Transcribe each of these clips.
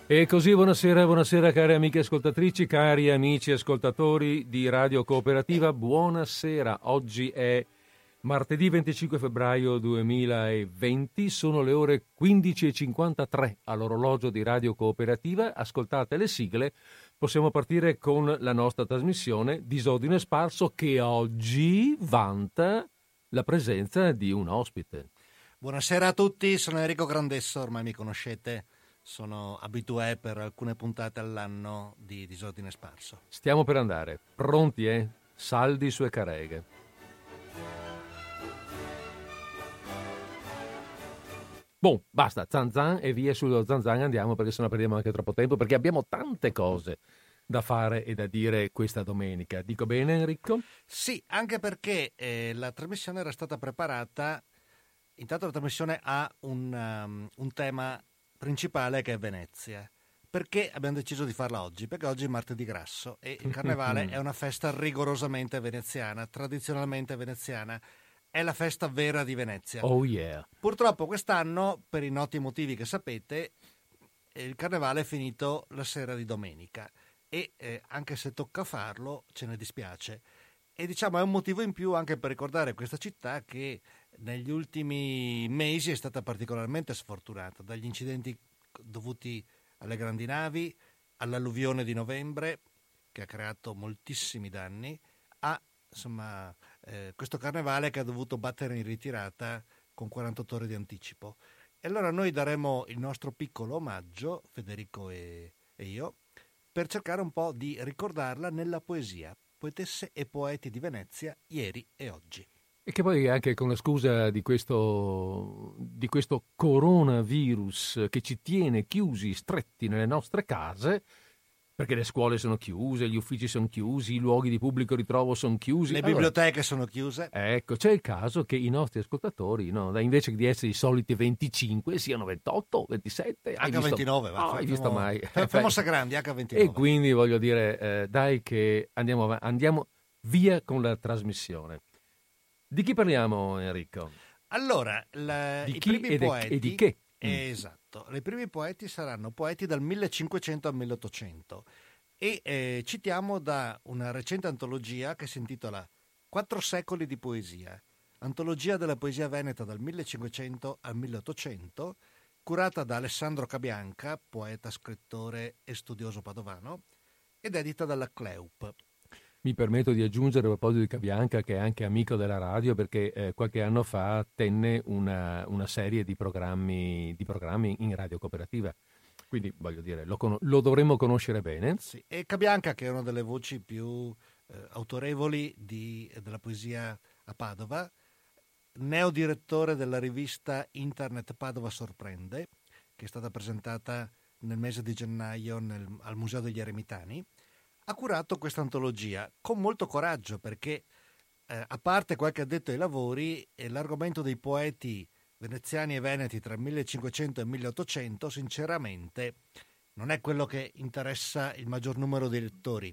E così buonasera cari amiche ascoltatrici, cari amici ascoltatori di Radio Cooperativa, buonasera. Oggi è martedì 25 febbraio 2020, sono le ore 15.53 all'orologio di Radio Cooperativa. Ascoltate le sigle, possiamo partire con la nostra trasmissione Disordine Sparso, che oggi vanta la presenza di un ospite. Buonasera a tutti, sono Enrico Grandesso, ormai mi conoscete. Sono abitué per alcune puntate all'anno di Disordine Sparso. Stiamo per andare, pronti saldi su e careghe. Boh, basta, zan zan e via sullo zan zan andiamo, perché sennò perdiamo anche troppo tempo, perché abbiamo tante cose da fare e da dire questa domenica. Dico bene, Enrico? Sì, anche perché la trasmissione era stata preparata. Intanto la trasmissione ha un tema principale, che è Venezia. Perché abbiamo deciso di farla oggi? Perché oggi è martedì grasso e il carnevale è una festa rigorosamente veneziana, tradizionalmente veneziana. È la festa vera di Venezia. Oh yeah. Purtroppo quest'anno, per i noti motivi che sapete, il carnevale è finito la sera di domenica e anche se tocca farlo ce ne dispiace. E diciamo è un motivo in più anche per ricordare questa città che negli ultimi mesi è stata particolarmente sfortunata dagli incidenti dovuti alle grandi navi, all'alluvione di novembre che ha creato moltissimi danni, a questo carnevale che ha dovuto battere in ritirata con 48 ore di anticipo. E allora noi daremo il nostro piccolo omaggio, Federico e io, per cercare un po' di ricordarla nella poesia. Poetesse e poeti di Venezia, ieri e oggi. E che poi anche con la scusa di questo coronavirus che ci tiene chiusi, stretti nelle nostre case, perché le scuole sono chiuse, gli uffici sono chiusi, i luoghi di pubblico ritrovo sono chiusi. Le biblioteche sono chiuse. Ecco, c'è il caso che i nostri ascoltatori, no, invece di essere i soliti 25, siano 28, 27. H29, va. Hai visto mai? Famosa grandi, H29. E quindi voglio dire, dai che andiamo via con la trasmissione. Di chi parliamo, Enrico? Allora, di i chi primi poeti... e di che? Esatto, i primi poeti saranno poeti dal 1500 al 1800 e citiamo da una recente antologia che si intitola 4 secoli di poesia, antologia della poesia veneta dal 1500 al 1800, curata da Alessandro Cabianca, poeta, scrittore e studioso padovano, ed edita dalla Cleup. Mi permetto di aggiungere a proposito di Cabianca, che è anche amico della radio, perché qualche anno fa tenne una serie di programmi in Radio Cooperativa. Quindi voglio dire, lo dovremmo conoscere bene. Sì. E Cabianca, che è una delle voci più autorevoli della poesia a Padova, neodirettore della rivista Internet Padova Sorprende, che è stata presentata nel mese di gennaio al Museo degli Eremitani, ha curato questa antologia con molto coraggio perché, a parte qualche addetto ai lavori, l'argomento dei poeti veneziani e veneti tra il 1500 e il 1800 sinceramente non è quello che interessa il maggior numero di lettori.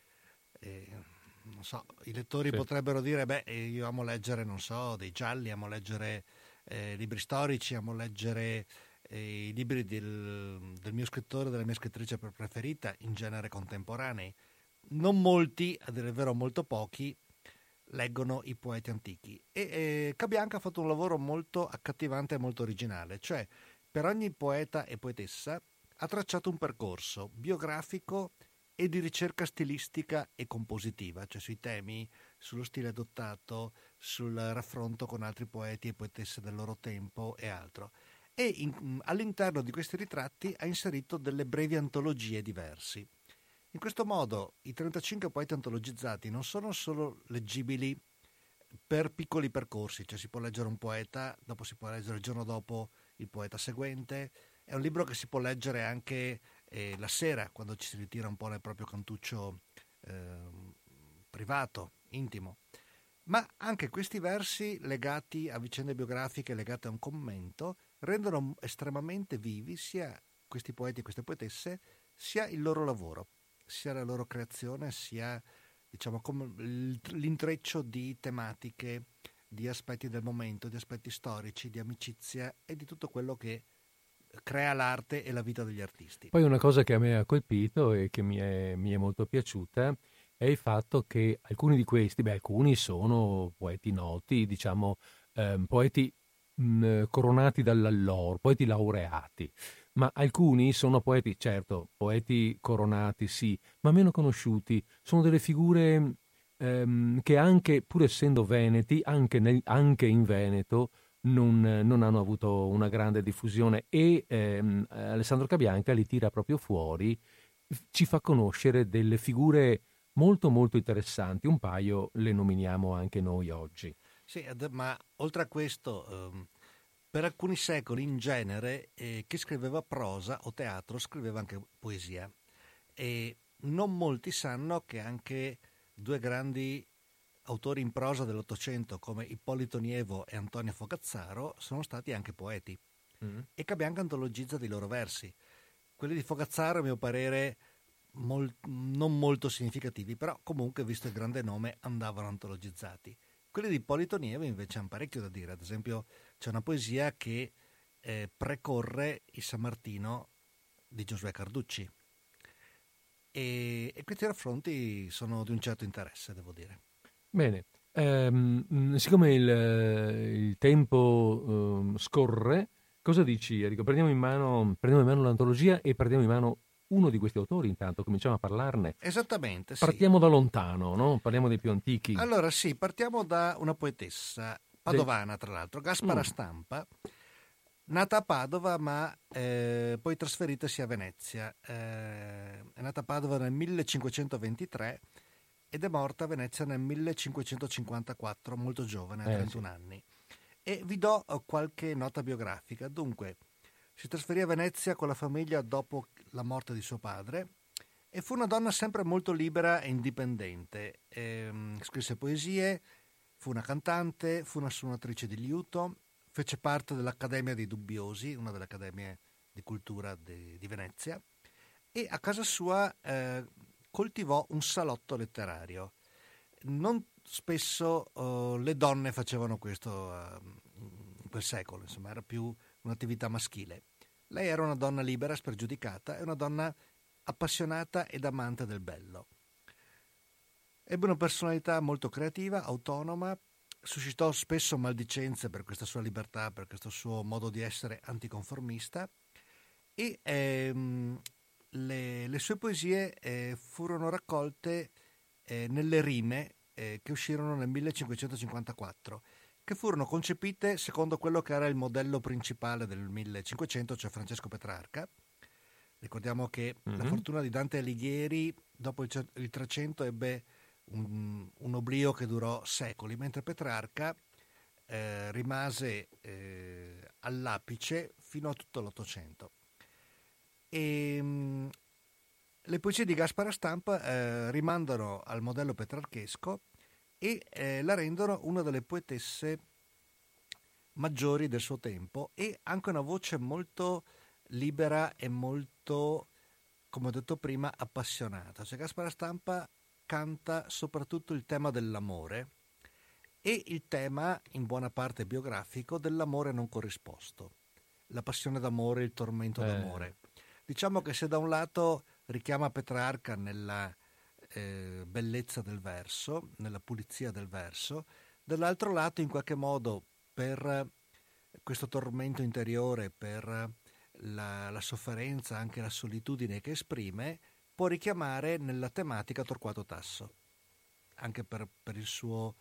Non so, i lettori potrebbero dire, io amo leggere, non so, dei gialli, amo leggere libri storici, amo leggere i libri del mio scrittore, della mia scrittrice preferita, in genere contemporanei. Non molti, a dire il vero molto pochi, leggono i poeti antichi. E Cabianca ha fatto un lavoro molto accattivante e molto originale, cioè per ogni poeta e poetessa ha tracciato un percorso biografico e di ricerca stilistica e compositiva, cioè sui temi, sullo stile adottato, sul raffronto con altri poeti e poetesse del loro tempo e altro. E all'interno di questi ritratti ha inserito delle brevi antologie di versi. In questo modo i 35 poeti antologizzati non sono solo leggibili per piccoli percorsi, cioè si può leggere un poeta, dopo si può leggere il giorno dopo il poeta seguente. È un libro che si può leggere anche la sera, quando ci si ritira un po' nel proprio cantuccio privato, intimo. Ma anche questi versi legati a vicende biografiche, legate a un commento, rendono estremamente vivi sia questi poeti e queste poetesse, sia il loro lavoro, sia la loro creazione, sia diciamo come l'intreccio di tematiche, di aspetti del momento, di aspetti storici, di amicizia e di tutto quello che crea l'arte e la vita degli artisti. Poi una cosa che a me ha colpito e che mi è molto piaciuta è il fatto che alcuni di questi, alcuni sono poeti noti, diciamo, poeti coronati dall'alloro, poeti laureati, ma alcuni sono poeti, certo, poeti coronati sì, ma meno conosciuti, sono delle figure che anche, pur essendo veneti, anche in Veneto, non hanno avuto una grande diffusione e Alessandro Cabianca li tira proprio fuori, ci fa conoscere delle figure molto molto interessanti, un paio le nominiamo anche noi oggi. Sì, ma oltre a questo, per alcuni secoli in genere chi scriveva prosa o teatro scriveva anche poesia e non molti sanno che anche due grandi autori in prosa dell'Ottocento come Ippolito Nievo e Antonio Fogazzaro sono stati anche poeti e Cabianca antologizza dei loro versi. Quelli di Fogazzaro, a mio parere, non molto significativi, però comunque, visto il grande nome, andavano antologizzati. Quelli di Ippolito Nievo invece hanno parecchio da dire. Ad esempio c'è una poesia che precorre il San Martino di Giosuè Carducci e questi raffronti sono di un certo interesse, devo dire. Bene, siccome il tempo scorre, cosa dici Enrico? Prendiamo in mano l'antologia e prendiamo in mano uno di questi autori intanto, cominciamo a parlarne. Esattamente, sì. Partiamo da lontano, no? Parliamo dei più antichi. Allora sì, partiamo da una poetessa padovana, tra l'altro, Gaspara Stampa, nata a Padova ma poi trasferitasi a Venezia. È nata a Padova nel 1523 ed è morta a Venezia nel 1554, molto giovane, a 31 anni. E vi do qualche nota biografica. Dunque, si trasferì a Venezia con la famiglia dopo la morte di suo padre e fu una donna sempre molto libera e indipendente. Scrisse poesie, fu una cantante, fu una suonatrice di liuto, fece parte dell'Accademia dei Dubbiosi, una delle accademie di cultura di Venezia, e a casa sua coltivò un salotto letterario. Non spesso le donne facevano questo in quel secolo, insomma, era più un'attività maschile. Lei era una donna libera, spregiudicata, e una donna appassionata ed amante del bello. Ebbe una personalità molto creativa, autonoma, suscitò spesso maldicenze per questa sua libertà, per questo suo modo di essere anticonformista e le sue poesie furono raccolte nelle rime che uscirono nel 1554, che furono concepite secondo quello che era il modello principale del 1500, cioè Francesco Petrarca. Ricordiamo che la fortuna di Dante Alighieri dopo il 300 ebbe un oblio che durò secoli, mentre Petrarca rimase all'apice fino a tutto l'Ottocento. E le poesie di Gaspara Stampa rimandano al modello petrarchesco e la rendono una delle poetesse maggiori del suo tempo e anche una voce molto libera e molto, come ho detto prima, appassionata. Cioè Gaspara Stampa canta soprattutto il tema dell'amore e il tema, in buona parte biografico, dell'amore non corrisposto, la passione d'amore, il tormento d'amore. Diciamo che se da un lato richiama Petrarca nella bellezza del verso, nella pulizia del verso, dall'altro lato in qualche modo per questo tormento interiore, per la sofferenza, anche la solitudine che esprime, può richiamare nella tematica Torquato Tasso, anche per il suo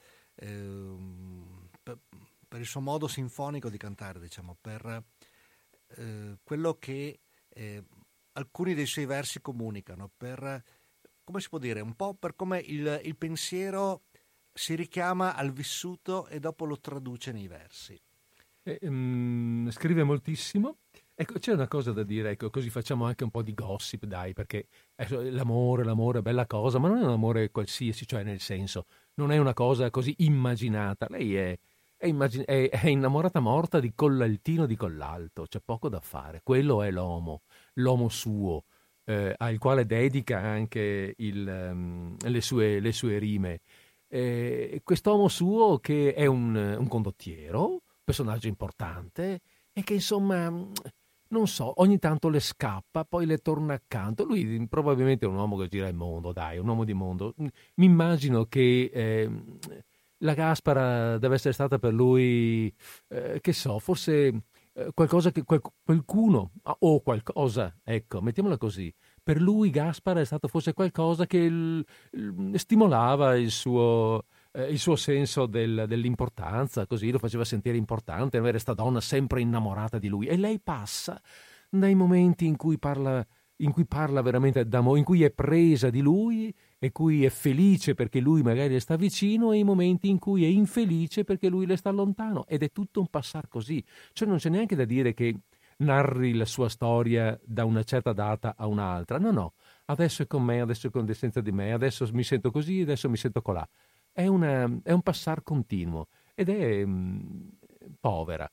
per il suo modo sinfonico di cantare, diciamo, per quello che alcuni dei suoi versi comunicano, per, come si può dire, un po' per come il pensiero si richiama al vissuto e dopo lo traduce nei versi. Scrive moltissimo. Ecco, c'è una cosa da dire, ecco, così facciamo anche un po' di gossip, dai, perché l'amore è bella cosa, ma non è un amore qualsiasi, cioè nel senso, non è una cosa così immaginata. Lei è innamorata morta di Collaltino di Collalto, c'è poco da fare. Quello è l'uomo suo, al quale dedica anche le sue rime. Quest'uomo suo che è un condottiero, personaggio importante, e che insomma non so, ogni tanto le scappa, poi le torna accanto. Lui probabilmente è un uomo che gira il mondo, dai, un uomo di mondo. Mi immagino che la Gaspara deve essere stata per lui, che so, forse qualcosa che qualcuno o qualcosa, ecco, mettiamola così. Per lui Gaspara è stato forse qualcosa che stimolava il suo senso dell'importanza, così lo faceva sentire importante, avere questa donna sempre innamorata di lui. E lei passa dai momenti in cui parla veramente d'amore, in cui è presa di lui e cui è felice perché lui magari le sta vicino, e i momenti in cui è infelice perché lui le sta lontano. Ed è tutto un passar così. Cioè non c'è neanche da dire che narri la sua storia da una certa data a un'altra. No, no. Adesso è con me, adesso è senza di me, adesso mi sento così, adesso mi sento colà. È un passar continuo ed è povera.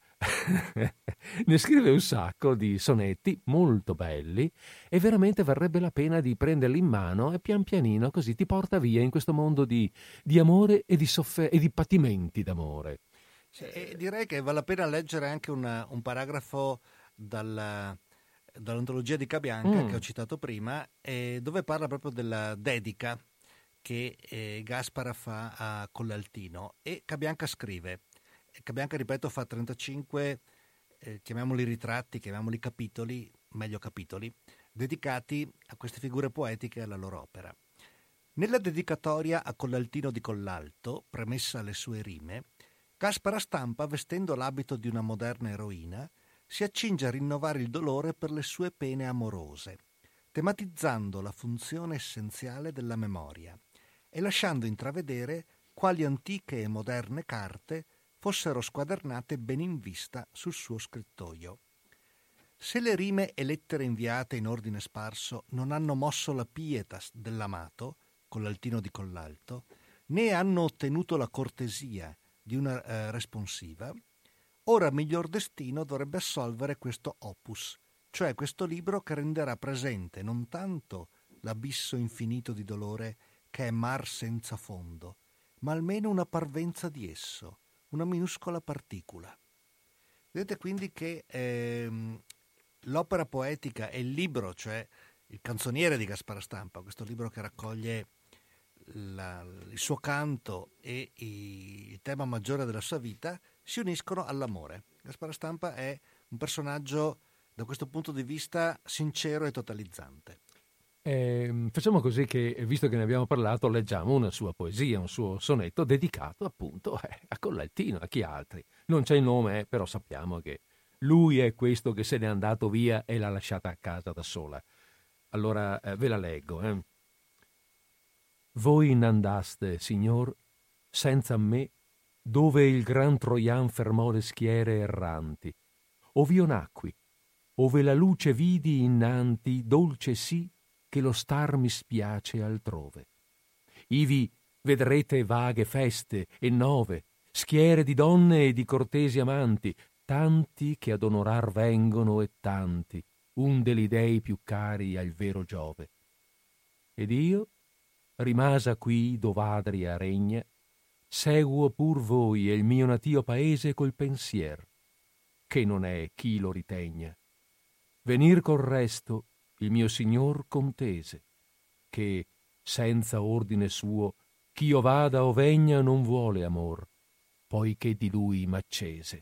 Ne scrive un sacco di sonetti molto belli e veramente varrebbe la pena di prenderli in mano e pian pianino così ti porta via in questo mondo di amore e e di patimenti d'amore. Sì, e direi che vale la pena leggere anche un paragrafo dall'antologia di Cabianca che ho citato prima, dove parla proprio della dedica che Gaspara fa a Collaltino, e Cabianca scrive. Cabianca, ripeto, fa 35, chiamiamoli ritratti, chiamiamoli capitoli, meglio capitoli, dedicati a queste figure poetiche e alla loro opera. Nella dedicatoria a Collaltino di Collalto, premessa alle sue rime, Gaspara Stampa, vestendo l'abito di una moderna eroina, si accinge a rinnovare il dolore per le sue pene amorose, tematizzando la funzione essenziale della memoria e lasciando intravedere quali antiche e moderne carte fossero squadernate ben in vista sul suo scrittoio. Se le rime e lettere inviate in ordine sparso non hanno mosso la pietas dell'amato, Collaltino di Collalto, né hanno ottenuto la cortesia di una responsiva, ora miglior destino dovrebbe assolvere questo opus, cioè questo libro che renderà presente non tanto l'abisso infinito di dolore che è mar senza fondo, ma almeno una parvenza di esso, una minuscola particola. Vedete quindi che l'opera poetica e il libro, cioè il canzoniere di Gaspara Stampa, questo libro che raccoglie il suo canto e il tema maggiore della sua vita, si uniscono all'amore. Gaspara Stampa è un personaggio da questo punto di vista sincero e totalizzante. Facciamo così che, visto che ne abbiamo parlato, leggiamo una sua poesia, un suo sonetto dedicato appunto a Collaltino, a chi altri. Non c'è il nome, però sappiamo che lui è questo che se n'è andato via e l'ha lasciata a casa da sola. Allora ve la leggo. Voi n'andaste, signor, senza me, dove il gran Troian fermò le schiere erranti. Ov'io nacqui, ove la luce vidi innanti, dolce sì che lo star mi spiace altrove. Ivi vedrete vaghe feste e nove, schiere di donne e di cortesi amanti, tanti che ad onorar vengono e tanti, un degli dei più cari al vero Giove. Ed io, rimasa qui dov'Adria regna, seguo pur voi e il mio natio paese col pensier, che non è chi lo ritegna. Venir col resto il mio signor contese, che senza ordine suo ch'io vada o vegna non vuole amor, poiché di lui m'accese.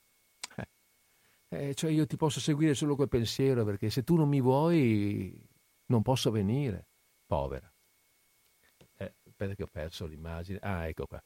Cioè io ti posso seguire solo quel pensiero, perché se tu non mi vuoi non posso venire, povera. Aspetta che ho perso l'immagine. Ah, ecco qua.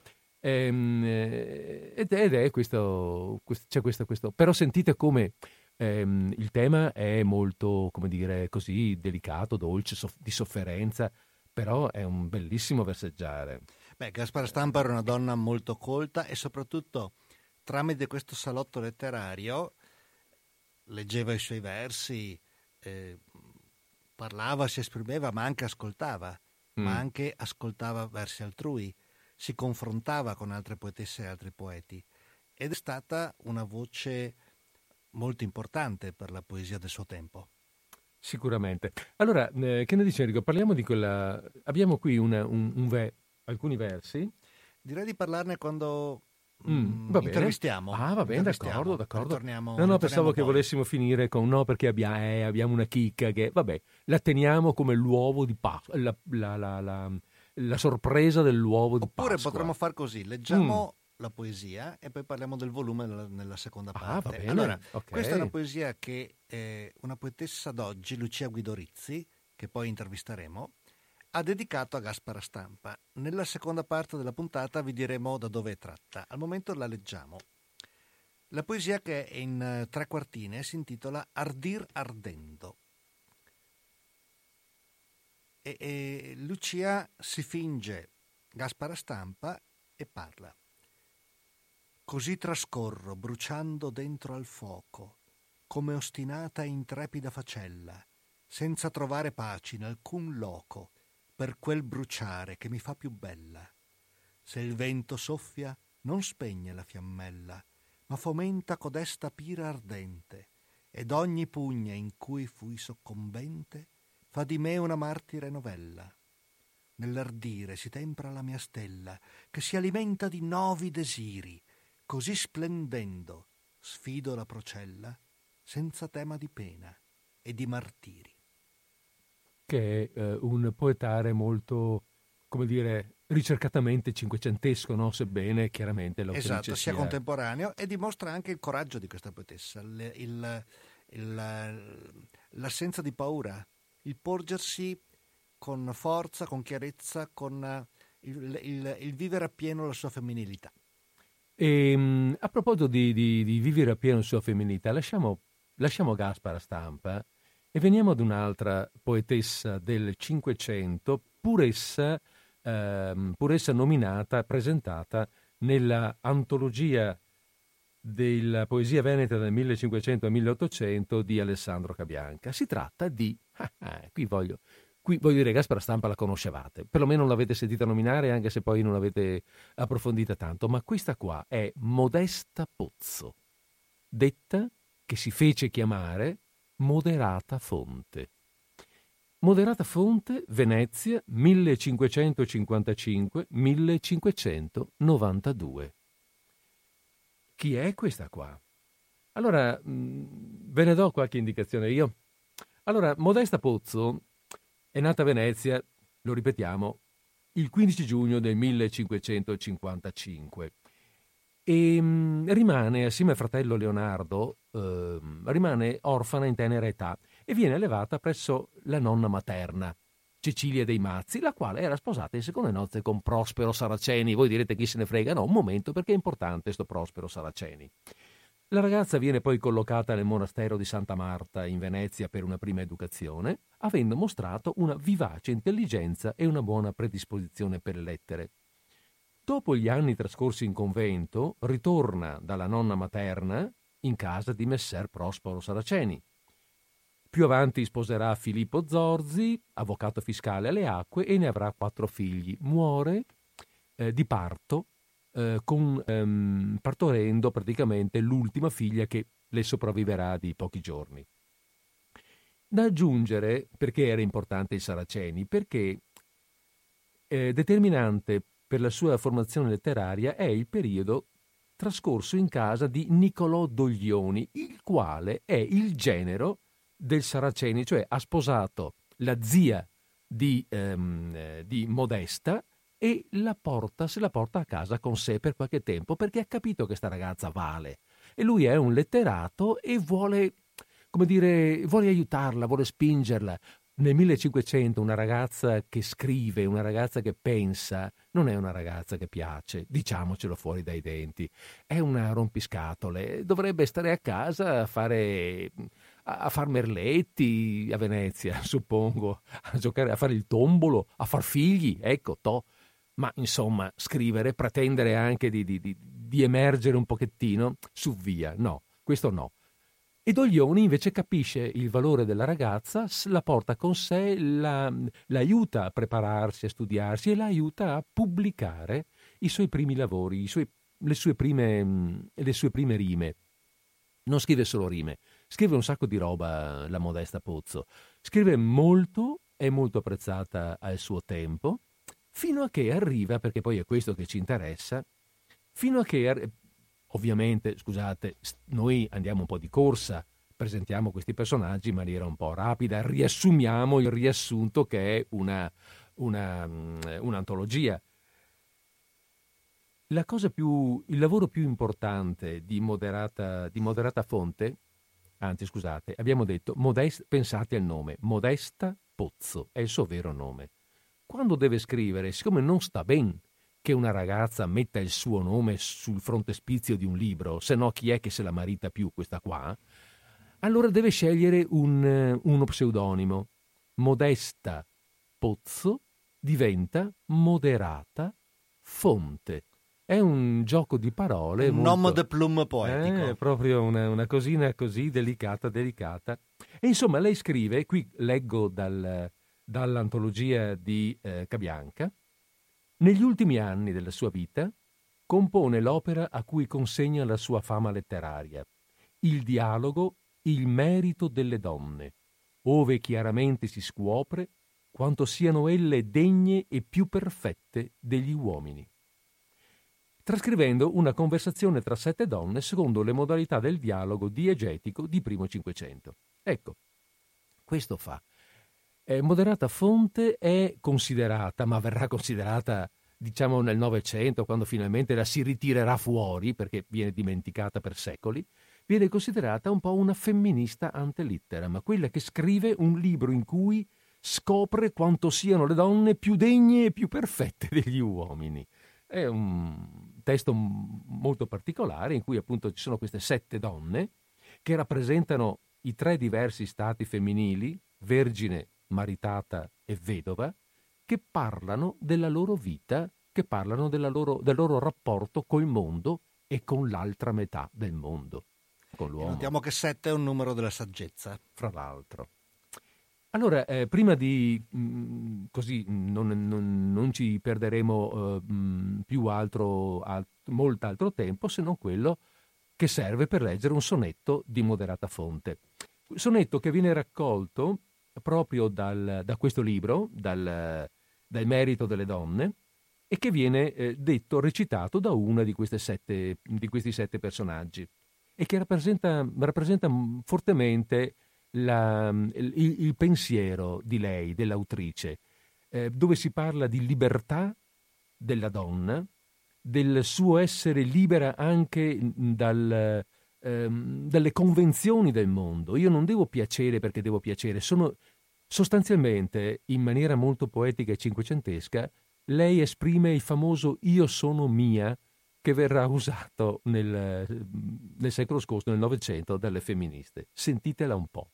Ed è questo, c'è questo. Però sentite come il tema è molto, come dire, così delicato, dolce, di sofferenza, però è un bellissimo verseggiare. Beh, Gaspara Stampa era una donna molto colta e soprattutto tramite questo salotto letterario leggeva i suoi versi, parlava, si esprimeva, ma anche ascoltava, versi altrui, si confrontava con altre poetesse e altri poeti, ed è stata una voce molto importante per la poesia del suo tempo. Sicuramente. Allora, che ne dice Enrico? Parliamo di abbiamo qui alcuni versi. Direi di parlarne quando Va bene. Intervistiamo. Va bene, d'accordo. Torniamo Pensavo che poi. volessimo finire con no, perché abbiamo una chicca che, vabbè, la teniamo come l'uovo di Pasqua, la sorpresa dell'uovo di Pasqua. Oppure potremmo far così, leggiamo la poesia e poi parliamo del volume nella seconda parte. Va bene. Allora, Okay. questa è una poesia che una poetessa d'oggi, Lucia Guidorizzi, che poi intervisteremo, ha dedicato a Gaspara Stampa. Nella seconda parte della puntata vi diremo da dove è tratta. Al momento la leggiamo. La poesia, che è in 3 quartine, si intitola Ardir ardendo. E Lucia si finge Gaspara Stampa e parla. Così trascorro, bruciando dentro al fuoco, come ostinata e intrepida facella, senza trovare pace in alcun loco, per quel bruciare che mi fa più bella. Se il vento soffia, non spegne la fiammella, ma fomenta codesta pira ardente, ed ogni pugna in cui fui soccombente fa di me una martire novella. Nell'ardire si tempra la mia stella, che si alimenta di novi desiri, così splendendo sfido la procella, senza tema di pena e di martiri. Che è un poetare molto, come dire, ricercatamente cinquecentesco, no? Sebbene chiaramente l'autrice esatto, sia contemporaneo, e dimostra anche il coraggio di questa poetessa, l'assenza di paura, il porgersi con forza, con chiarezza, con il vivere appieno la sua femminilità. E a proposito di vivere appieno la sua femminilità, lasciamo Gaspara Stampa e veniamo ad un'altra poetessa del Cinquecento, puressa nominata, presentata nella antologia della poesia veneta del 1500 al 1800 di Alessandro Cabianca. Si tratta di... Qui voglio dire, Gaspara Stampa la conoscevate, perlomeno non l'avete sentita nominare, anche se poi non l'avete approfondita tanto, ma questa qua è Modesta Pozzo, detta che si fece chiamare Moderata Fonte. Moderata Fonte, Venezia, 1555-1592. Chi è questa qua? Allora, ve ne do qualche indicazione io. Allora, Modesta Pozzo è nata a Venezia, lo ripetiamo, il 15 giugno del 1555 e rimane, assieme al fratello Leonardo, rimane orfana in tenera età e viene allevata presso la nonna materna, Cecilia dei Mazzi, la quale era sposata in seconde nozze con Prospero Saraceni. Voi direte chi se ne frega? No, un momento, perché è importante sto Prospero Saraceni. La ragazza viene poi collocata nel monastero di Santa Marta in Venezia per una prima educazione, avendo mostrato una vivace intelligenza e una buona predisposizione per le lettere. Dopo gli anni trascorsi in convento, ritorna dalla nonna materna in casa di messer Prospero Saraceni. Più avanti sposerà Filippo Zorzi, avvocato fiscale alle acque, e ne avrà 4 figli. Muore di parto, partorendo praticamente l'ultima figlia che le sopravviverà di pochi giorni. Da aggiungere, perché era importante il Saraceni, perché determinante per la sua formazione letteraria è il periodo trascorso in casa di Niccolò Doglioni, il quale è il genero del Saraceni, cioè ha sposato la zia di Modesta e se la porta a casa con sé per qualche tempo, perché ha capito che sta ragazza vale e lui è un letterato e vuole aiutarla, vuole spingerla. Nel 1500 una ragazza che scrive, una ragazza che pensa, non è una ragazza che piace, diciamocelo fuori dai denti, è una rompiscatole, dovrebbe stare a casa a far merletti a Venezia, suppongo, a giocare, a fare il tombolo, a far figli, ecco, ma insomma scrivere, pretendere anche di emergere un pochettino, su via, no, questo no. E Doglioni invece capisce il valore della ragazza, la porta con sé, l'aiuta a prepararsi, a studiarsi e la aiuta a pubblicare i suoi primi lavori, le sue prime rime. Non scrive solo rime, scrive un sacco di roba la Modesta Pozzo. Scrive molto, è molto apprezzata al suo tempo, fino a che arriva, perché poi è questo che ci interessa, fino a che, ovviamente, scusate, noi andiamo un po' di corsa, presentiamo questi personaggi in maniera un po' rapida, riassumiamo il riassunto che è un'antologia. Il lavoro più importante di moderata fonte, anzi scusate, abbiamo detto, pensate al nome, Modesta Pozzo, è il suo vero nome. Quando deve scrivere, siccome non sta ben che una ragazza metta il suo nome sul frontespizio di un libro, se no chi è che se la marita più questa qua? Allora deve scegliere uno pseudonimo. Modesta Pozzo diventa Moderata Fonte. È un gioco di parole. Un nom de plume poetico. È proprio una cosina così delicata. E insomma, lei scrive, qui leggo dall'antologia di Cabianca, negli ultimi anni della sua vita compone l'opera a cui consegna la sua fama letteraria, il dialogo Il merito delle donne, ove chiaramente si scopre quanto siano elle degne e più perfette degli uomini, trascrivendo una conversazione tra 7 donne secondo le modalità del dialogo diegetico di primo Cinquecento. Ecco, questo fa. Moderata fonte è considerata, ma verrà considerata, diciamo, nel Novecento, quando finalmente la si ritirerà fuori, perché viene dimenticata per secoli, viene considerata un po' una femminista ante litteram, quella che scrive un libro in cui scopre quanto siano le donne più degne e più perfette degli uomini. È un testo molto particolare in cui appunto ci sono queste 7 donne che rappresentano i 3 diversi stati femminili, vergine, maritata e vedova, che parlano della loro vita, che parlano del loro rapporto col mondo e con l'altra metà del mondo, con l'uomo. Notiamo che 7 è un numero della saggezza. Fra l'altro. Allora, prima di così non ci perderemo più molto altro tempo, se non quello che serve per leggere un sonetto di moderata fonte. Sonetto che viene raccolto proprio da questo libro, dal merito delle donne, e che viene recitato da una di questi 7 personaggi, e che rappresenta fortemente il pensiero di lei, dell'autrice, dove si parla di libertà della donna, del suo essere libera anche dalle convenzioni del mondo. Io non devo piacere perché devo piacere, sono sostanzialmente, in maniera molto poetica e cinquecentesca, lei esprime il famoso io sono mia, che verrà usato nel secolo scorso, nel Novecento, dalle femministe. Sentitela un po'.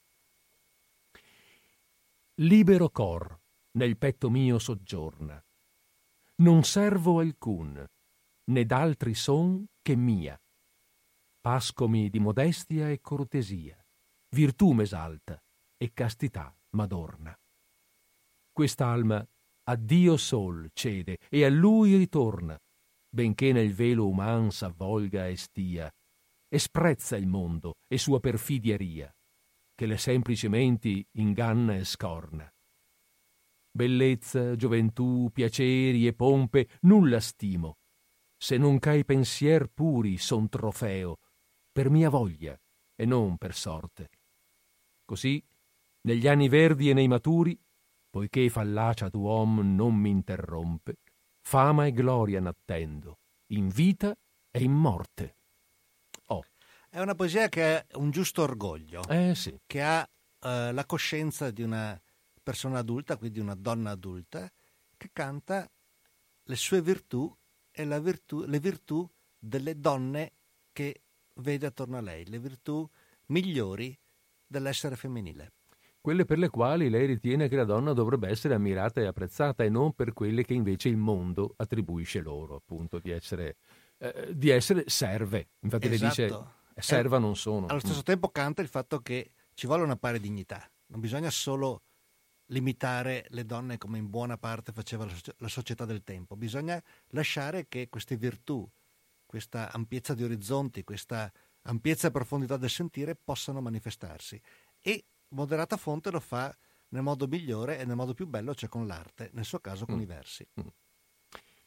Libero cor nel petto mio soggiorna, non servo alcun, né d'altri son che mia. Pascomi di modestia e cortesia, virtù m'esalta e castità m'adorna. Quest'alma a Dio sol cede e a Lui ritorna, benché nel velo uman s'avvolga e stia, e sprezza il mondo e sua perfidieria, che le semplici menti inganna e scorna. Bellezza, gioventù, piaceri e pompe nulla stimo, se non c'hai pensier puri son trofeo, per mia voglia e non per sorte. Così, negli anni verdi e nei maturi, poiché fallacia d'uom non mi interrompe, fama e gloria n'attendo, in vita e in morte. È una poesia che ha un giusto orgoglio, Sì. che ha la coscienza di una persona adulta, quindi una donna adulta, che canta le sue virtù e le virtù delle donne che vede attorno a lei, le virtù migliori dell'essere femminile. Quelle per le quali lei ritiene che la donna dovrebbe essere ammirata e apprezzata, e non per quelle che invece il mondo attribuisce loro, appunto, di essere serve. Infatti Esatto. Le dice serva non sono. Allo stesso tempo canta il fatto che ci vuole una pari dignità, non bisogna solo limitare le donne come in buona parte faceva la società del tempo, bisogna lasciare che queste virtù, questa ampiezza di orizzonti, questa ampiezza e profondità del sentire possano manifestarsi, e moderata fonte lo fa nel modo migliore e nel modo più bello, cioè con l'arte, nel suo caso con i versi.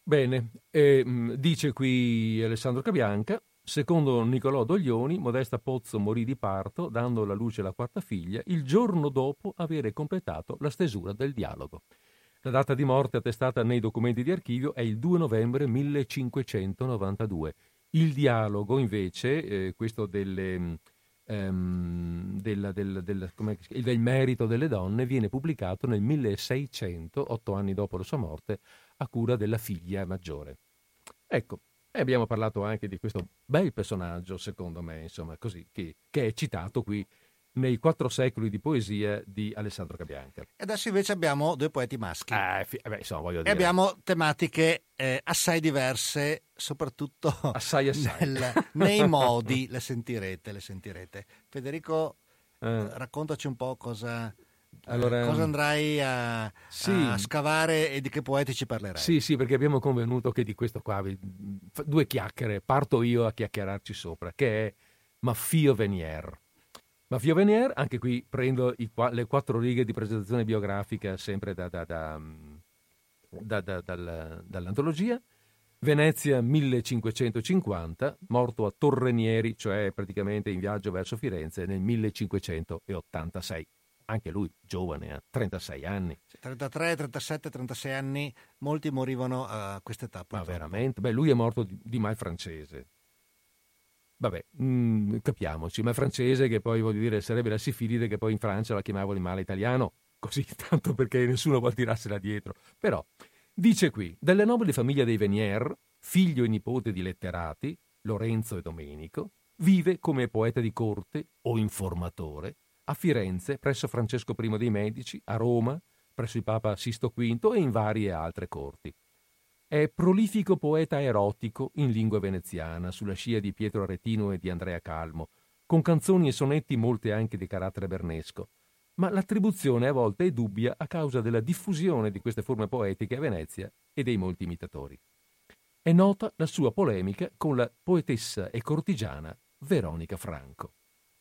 Bene, dice qui Alessandro Cabianca, secondo Niccolò Doglioni, Modesta Pozzo morì di parto, dando alla luce la quarta figlia, il giorno dopo avere completato la stesura del dialogo. La data di morte attestata nei documenti di archivio è il 2 novembre 1592. Il dialogo, invece, questo del merito delle donne, viene pubblicato nel 1600, 8 anni dopo la sua morte, a cura della figlia maggiore. Ecco, e abbiamo parlato anche di questo bel personaggio, secondo me, insomma, così, che è citato qui nei 4 secoli di poesia di Alessandro Cabianca. E adesso invece abbiamo due poeti maschi. Insomma, voglio E dire. abbiamo tematiche assai diverse, soprattutto assai. nei modi, le sentirete. Federico, raccontaci un po' cosa andrai a scavare e di che poeti ci parlerai. Sì, perché abbiamo convenuto che di questo qua, due chiacchiere, parto io a chiacchierarci sopra, che è Maffio Venier. Maffio Venier, anche qui prendo le 4 righe di presentazione biografica sempre dall'antologia. Venezia 1550, morto a Torrenieri, cioè praticamente in viaggio verso Firenze nel 1586. Anche lui giovane, ha 36 anni. 33, 37, 36 anni, molti morivano a quest'età. Ma veramente? Beh, lui è morto di mal francese. Vabbè, capiamoci, mal francese che poi, voglio dire, sarebbe la sifilide che poi in Francia la chiamavano il male italiano, così tanto perché nessuno vuol tirarsela dietro. Però, dice qui, delle nobili famiglie dei Venier, figlio e nipote di letterati, Lorenzo e Domenico, vive come poeta di corte o informatore a Firenze presso Francesco I dei Medici, a Roma presso il Papa Sisto V e in varie altre corti. È prolifico poeta erotico in lingua veneziana, sulla scia di Pietro Aretino e di Andrea Calmo, con canzoni e sonetti molte anche di carattere bernesco, ma l'attribuzione a volte è dubbia a causa della diffusione di queste forme poetiche a Venezia e dei molti imitatori. È nota la sua polemica con la poetessa e cortigiana Veronica Franco.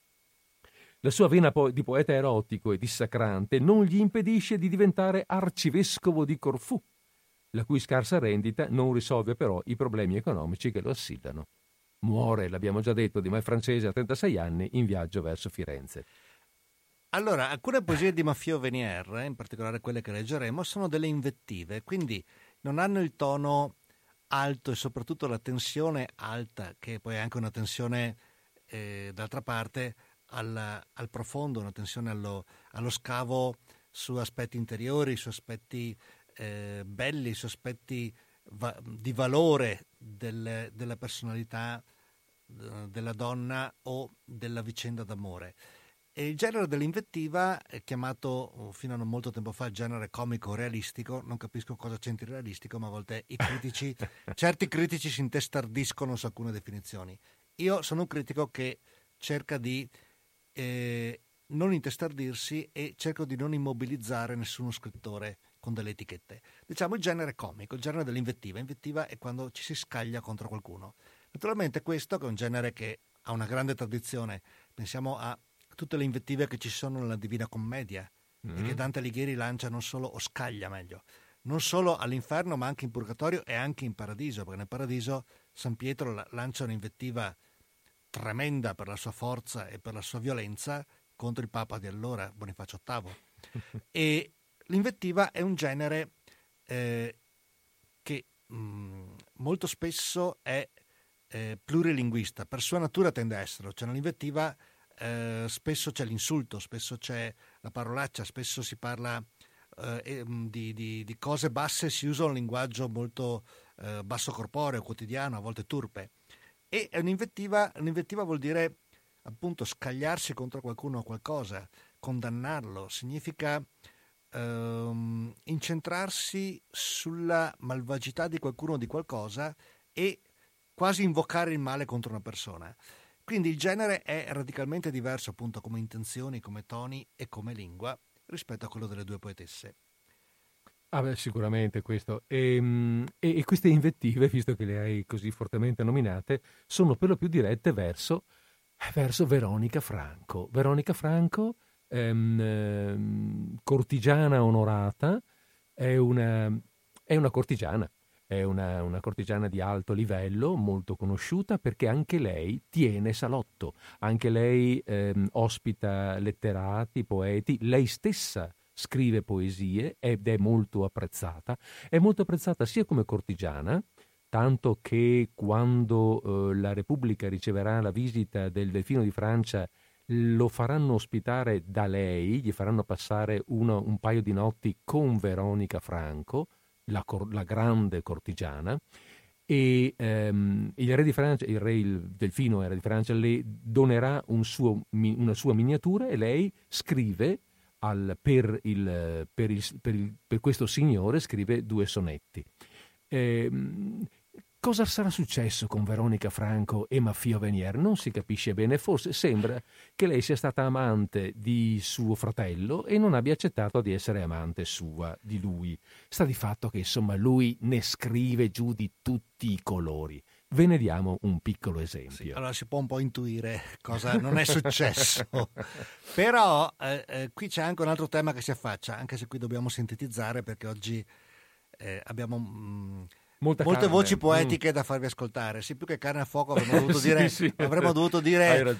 La sua vena di poeta erotico e dissacrante non gli impedisce di diventare arcivescovo di Corfù, la cui scarsa rendita non risolve però i problemi economici che lo assillano. Muore, l'abbiamo già detto, di mal francese a 36 anni in viaggio verso Firenze. Allora, alcune poesie di Maffio Venier, in particolare quelle che leggeremo, sono delle invettive, quindi non hanno il tono alto e soprattutto la tensione alta, che poi è anche una tensione, d'altra parte, al profondo, una tensione allo scavo su aspetti interiori, su aspetti belli, su aspetti di valore della personalità della donna o della vicenda d'amore. E il genere dell'invettiva è chiamato fino a non molto tempo fa genere comico realistico. Non capisco cosa c'entri realistico, ma a volte certi critici si intestardiscono su alcune definizioni. Io sono un critico che cerca di non intestardirsi e cerco di non immobilizzare nessuno scrittore con delle etichette. Diciamo il genere comico, il genere dell'invettiva. Invettiva è quando ci si scaglia contro qualcuno. Naturalmente questo, che è un genere che ha una grande tradizione, pensiamo a tutte le invettive che ci sono nella Divina Commedia e che Dante Alighieri lancia non solo, o scaglia meglio, non solo all'inferno ma anche in purgatorio e anche in paradiso, perché nel paradiso San Pietro lancia un'invettiva tremenda per la sua forza e per la sua violenza contro il Papa di allora, Bonifacio VIII. E l'invettiva è un genere che molto spesso è plurilinguista, per sua natura tende a esserlo, cioè nell'invettiva spesso c'è l'insulto, spesso c'è la parolaccia, spesso si parla di cose basse, si usa un linguaggio molto basso corporeo, quotidiano, a volte turpe. E un'invettiva vuol dire appunto scagliarsi contro qualcuno o qualcosa, condannarlo, significa incentrarsi sulla malvagità di qualcuno o di qualcosa e quasi invocare il male contro una persona. Quindi il genere è radicalmente diverso appunto come intenzioni, come toni e come lingua rispetto a quello delle due poetesse. Sicuramente questo. E queste invettive, visto che le hai così fortemente nominate, sono per lo più dirette verso Veronica Franco. Veronica Franco, cortigiana onorata, è una cortigiana. è una cortigiana di alto livello, molto conosciuta, perché anche lei tiene salotto, anche lei ospita letterati, poeti, lei stessa scrive poesie ed è molto apprezzata sia come cortigiana, tanto che quando la Repubblica riceverà la visita del Delfino di Francia lo faranno ospitare da lei, gli faranno passare un paio di notti con Veronica Franco, la grande cortigiana, e il Delfino era di Francia, le donerà una sua miniatura e lei scrive per questo signore scrive 2 sonetti. Cosa sarà successo con Veronica Franco e Maffio Venier? Non si capisce bene, forse sembra che lei sia stata amante di suo fratello e non abbia accettato di essere amante sua, di lui. Sta di fatto che insomma lui ne scrive giù di tutti i colori. Ve ne diamo un piccolo esempio. Sì, allora si può un po' intuire cosa non è successo. Però qui c'è anche un altro tema che si affaccia, anche se qui dobbiamo sintetizzare perché oggi abbiamo molte voci poetiche da farvi ascoltare. Sì, più che carne a fuoco avremmo dovuto dire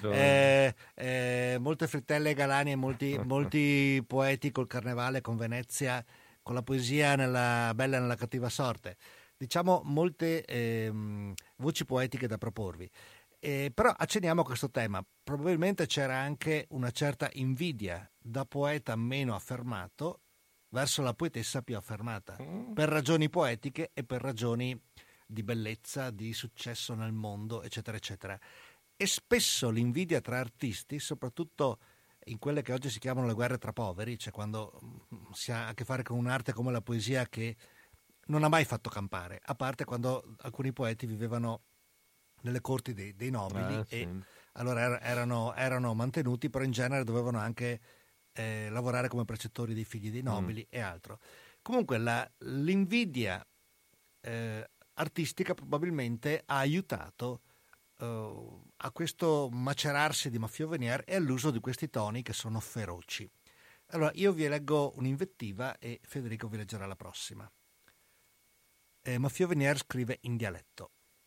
molte frittelle Galani e molti poeti col carnevale, con Venezia, con la poesia nella bella e nella cattiva sorte. Diciamo molte voci poetiche da proporvi. Però accenniamo a questo tema. Probabilmente c'era anche una certa invidia da poeta meno affermato verso la poetessa più affermata, per ragioni poetiche e per ragioni di bellezza, di successo nel mondo, eccetera, eccetera. E spesso l'invidia tra artisti, soprattutto in quelle che oggi si chiamano le guerre tra poveri, cioè quando si ha a che fare con un'arte come la poesia che non ha mai fatto campare, a parte quando alcuni poeti vivevano nelle corti dei nobili e allora erano mantenuti, però in genere dovevano anche lavorare come precettori dei figli dei nobili e altro. Comunque l'invidia artistica probabilmente ha aiutato a questo macerarsi di Maffio Venier e all'uso di questi toni che sono feroci. Allora io vi leggo un'invettiva e Federico vi leggerà la prossima. Maffio Venier scrive in dialetto: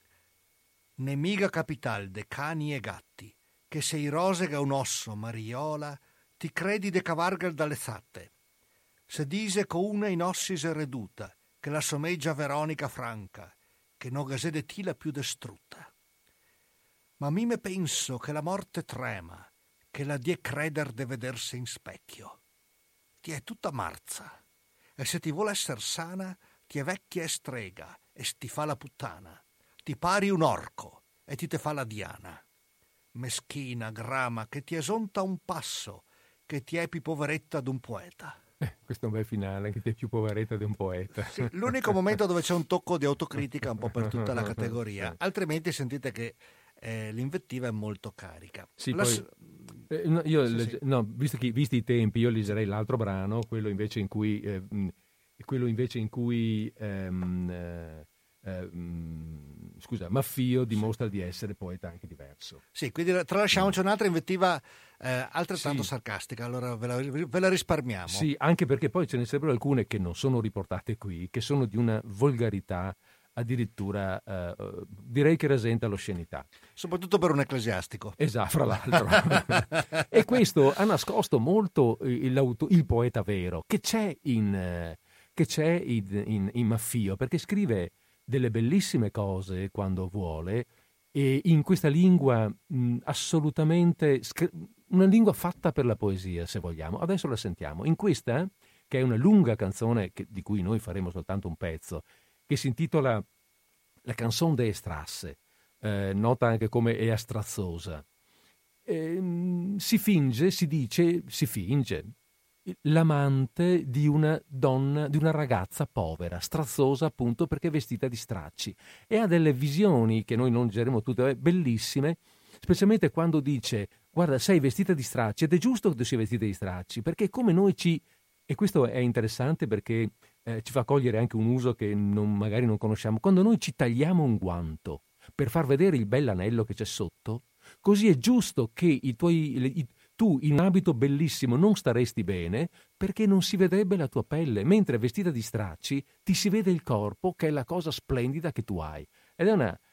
nemiga capital de cani e gatti, che sei rosega un osso mariola, ti credi de cavargal dalle zatte. Se dise co una in ossis reduta, che la someggia Veronica Franca, che no gasede ti la più destrutta. Ma mi me penso che la morte trema, che la die creder de vedersi in specchio. Ti è tutta marza, e se ti vuole esser sana, ti è vecchia e strega, e ti fa la puttana. Ti pari un orco, e ti te fa la diana. Meschina, grama, che ti esonta un passo, che ti è più poveretta d'un poeta. Questo è un bel finale, che ti è più poveretta di un poeta. Sì, l'unico momento dove c'è un tocco di autocritica un po' per tutta la categoria, altrimenti sentite che l'invettiva è molto carica. Sì, visti i tempi, io leggerei l'altro brano, quello invece in cui Maffio dimostra di essere poeta anche diverso. Sì, quindi tralasciamoci un'altra invettiva altrettanto sarcastica, allora ve la risparmiamo. Sì, anche perché poi ce ne sarebbero alcune che non sono riportate qui, che sono di una volgarità addirittura direi che rasenta l'oscenità. Soprattutto per un ecclesiastico. Esatto, fra l'altro. E questo ha nascosto molto il poeta vero, che c'è in Maffio, perché scrive delle bellissime cose quando vuole, e in questa lingua assolutamente una lingua fatta per la poesia, se vogliamo. Adesso la sentiamo in questa, che è una lunga canzone di cui noi faremo soltanto un pezzo, che si intitola La canzone de Strasse, nota anche come è astrazzosa. Si finge l'amante di una donna, di una ragazza povera, strazzosa appunto perché vestita di stracci, e ha delle visioni che noi non leggeremo tutte, bellissime, specialmente quando dice: guarda, sei vestita di stracci ed è giusto che tu sia vestita di stracci, perché come noi e questo è interessante perché ci fa cogliere anche un uso che magari non conosciamo, quando noi ci tagliamo un guanto per far vedere il bell'anello che c'è sotto, così è giusto che tu in un abito bellissimo non staresti bene perché non si vedrebbe la tua pelle, mentre vestita di stracci ti si vede il corpo, che è la cosa splendida che tu hai. Ed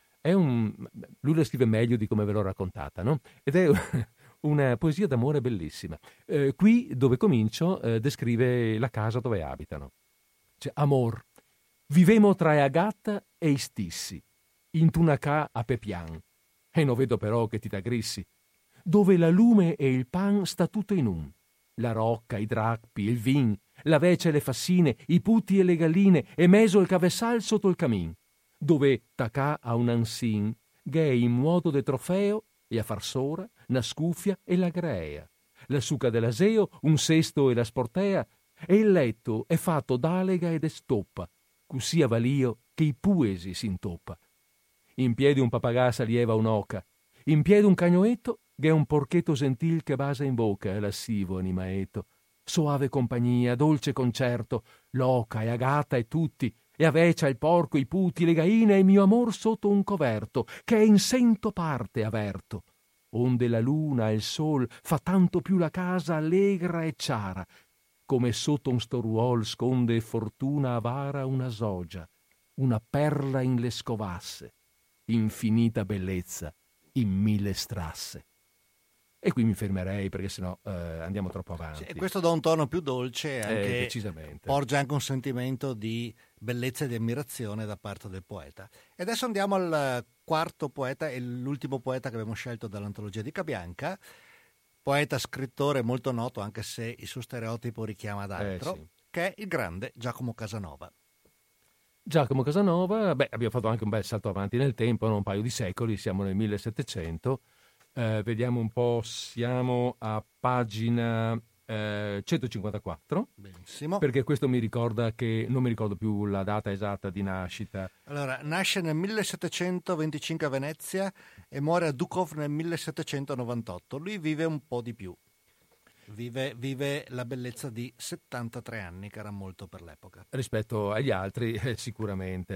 lui la scrive meglio di come ve l'ho raccontata, no? Ed è una poesia d'amore bellissima. Qui dove comincio descrive la casa dove abitano. Cioè, amor, vivemo tra Agata e Istissi, in tunacà a Pepian, e non vedo però che ti t'aggrissi, dove la lume e il pan sta tutto in un, la rocca, i drappi, il vin, la vece e le fassine, i putti e le galline, e meso il cavessal sotto il camin, dove tacà a un ansin, gh'è in modo de trofeo, e a far sora, una scuffia e la grea, la suca dell'aseo, un cesto e la sportea, e il letto è fatto d'alega ed estoppa, così avalio che i puesi s'intoppa. In piedi un papagà salieva un'oca, in piedi un cagnoetto, che è un porchetto gentil che basa in bocca, è lassivo animaetto. Soave compagnia, dolce concerto, l'oca e Agata e tutti, e Avecia, il porco, i puti, le gaine e il mio amor sotto un coverto, che è in cento parte averto. Onde la luna e il sol fa tanto più la casa allegra e ciara, come sotto un storuol sconde fortuna avara una sogia, una perla in le scovasse, infinita bellezza in mille strasse. E qui mi fermerei perché sennò andiamo troppo avanti. Sì, questo dà un tono più dolce, anche, decisamente. Porge anche un sentimento di bellezza e di ammirazione da parte del poeta. E adesso andiamo al quarto poeta e l'ultimo poeta che abbiamo scelto dall'antologia di Cabianca, poeta scrittore molto noto anche se il suo stereotipo richiama ad altro, sì. che è il grande Giacomo Casanova. Giacomo Casanova, abbiamo fatto anche un bel salto avanti nel tempo, un paio di secoli, siamo nel 1700. Vediamo un po', siamo a pagina 154. Benissimo. Perché questo mi ricorda che non mi ricordo più la data esatta di nascita. Allora, nasce nel 1725 a Venezia e muore a Dukov nel 1798. Lui vive un po' di più. Vive la bellezza di 73 anni, che era molto per l'epoca. Rispetto agli altri, sicuramente.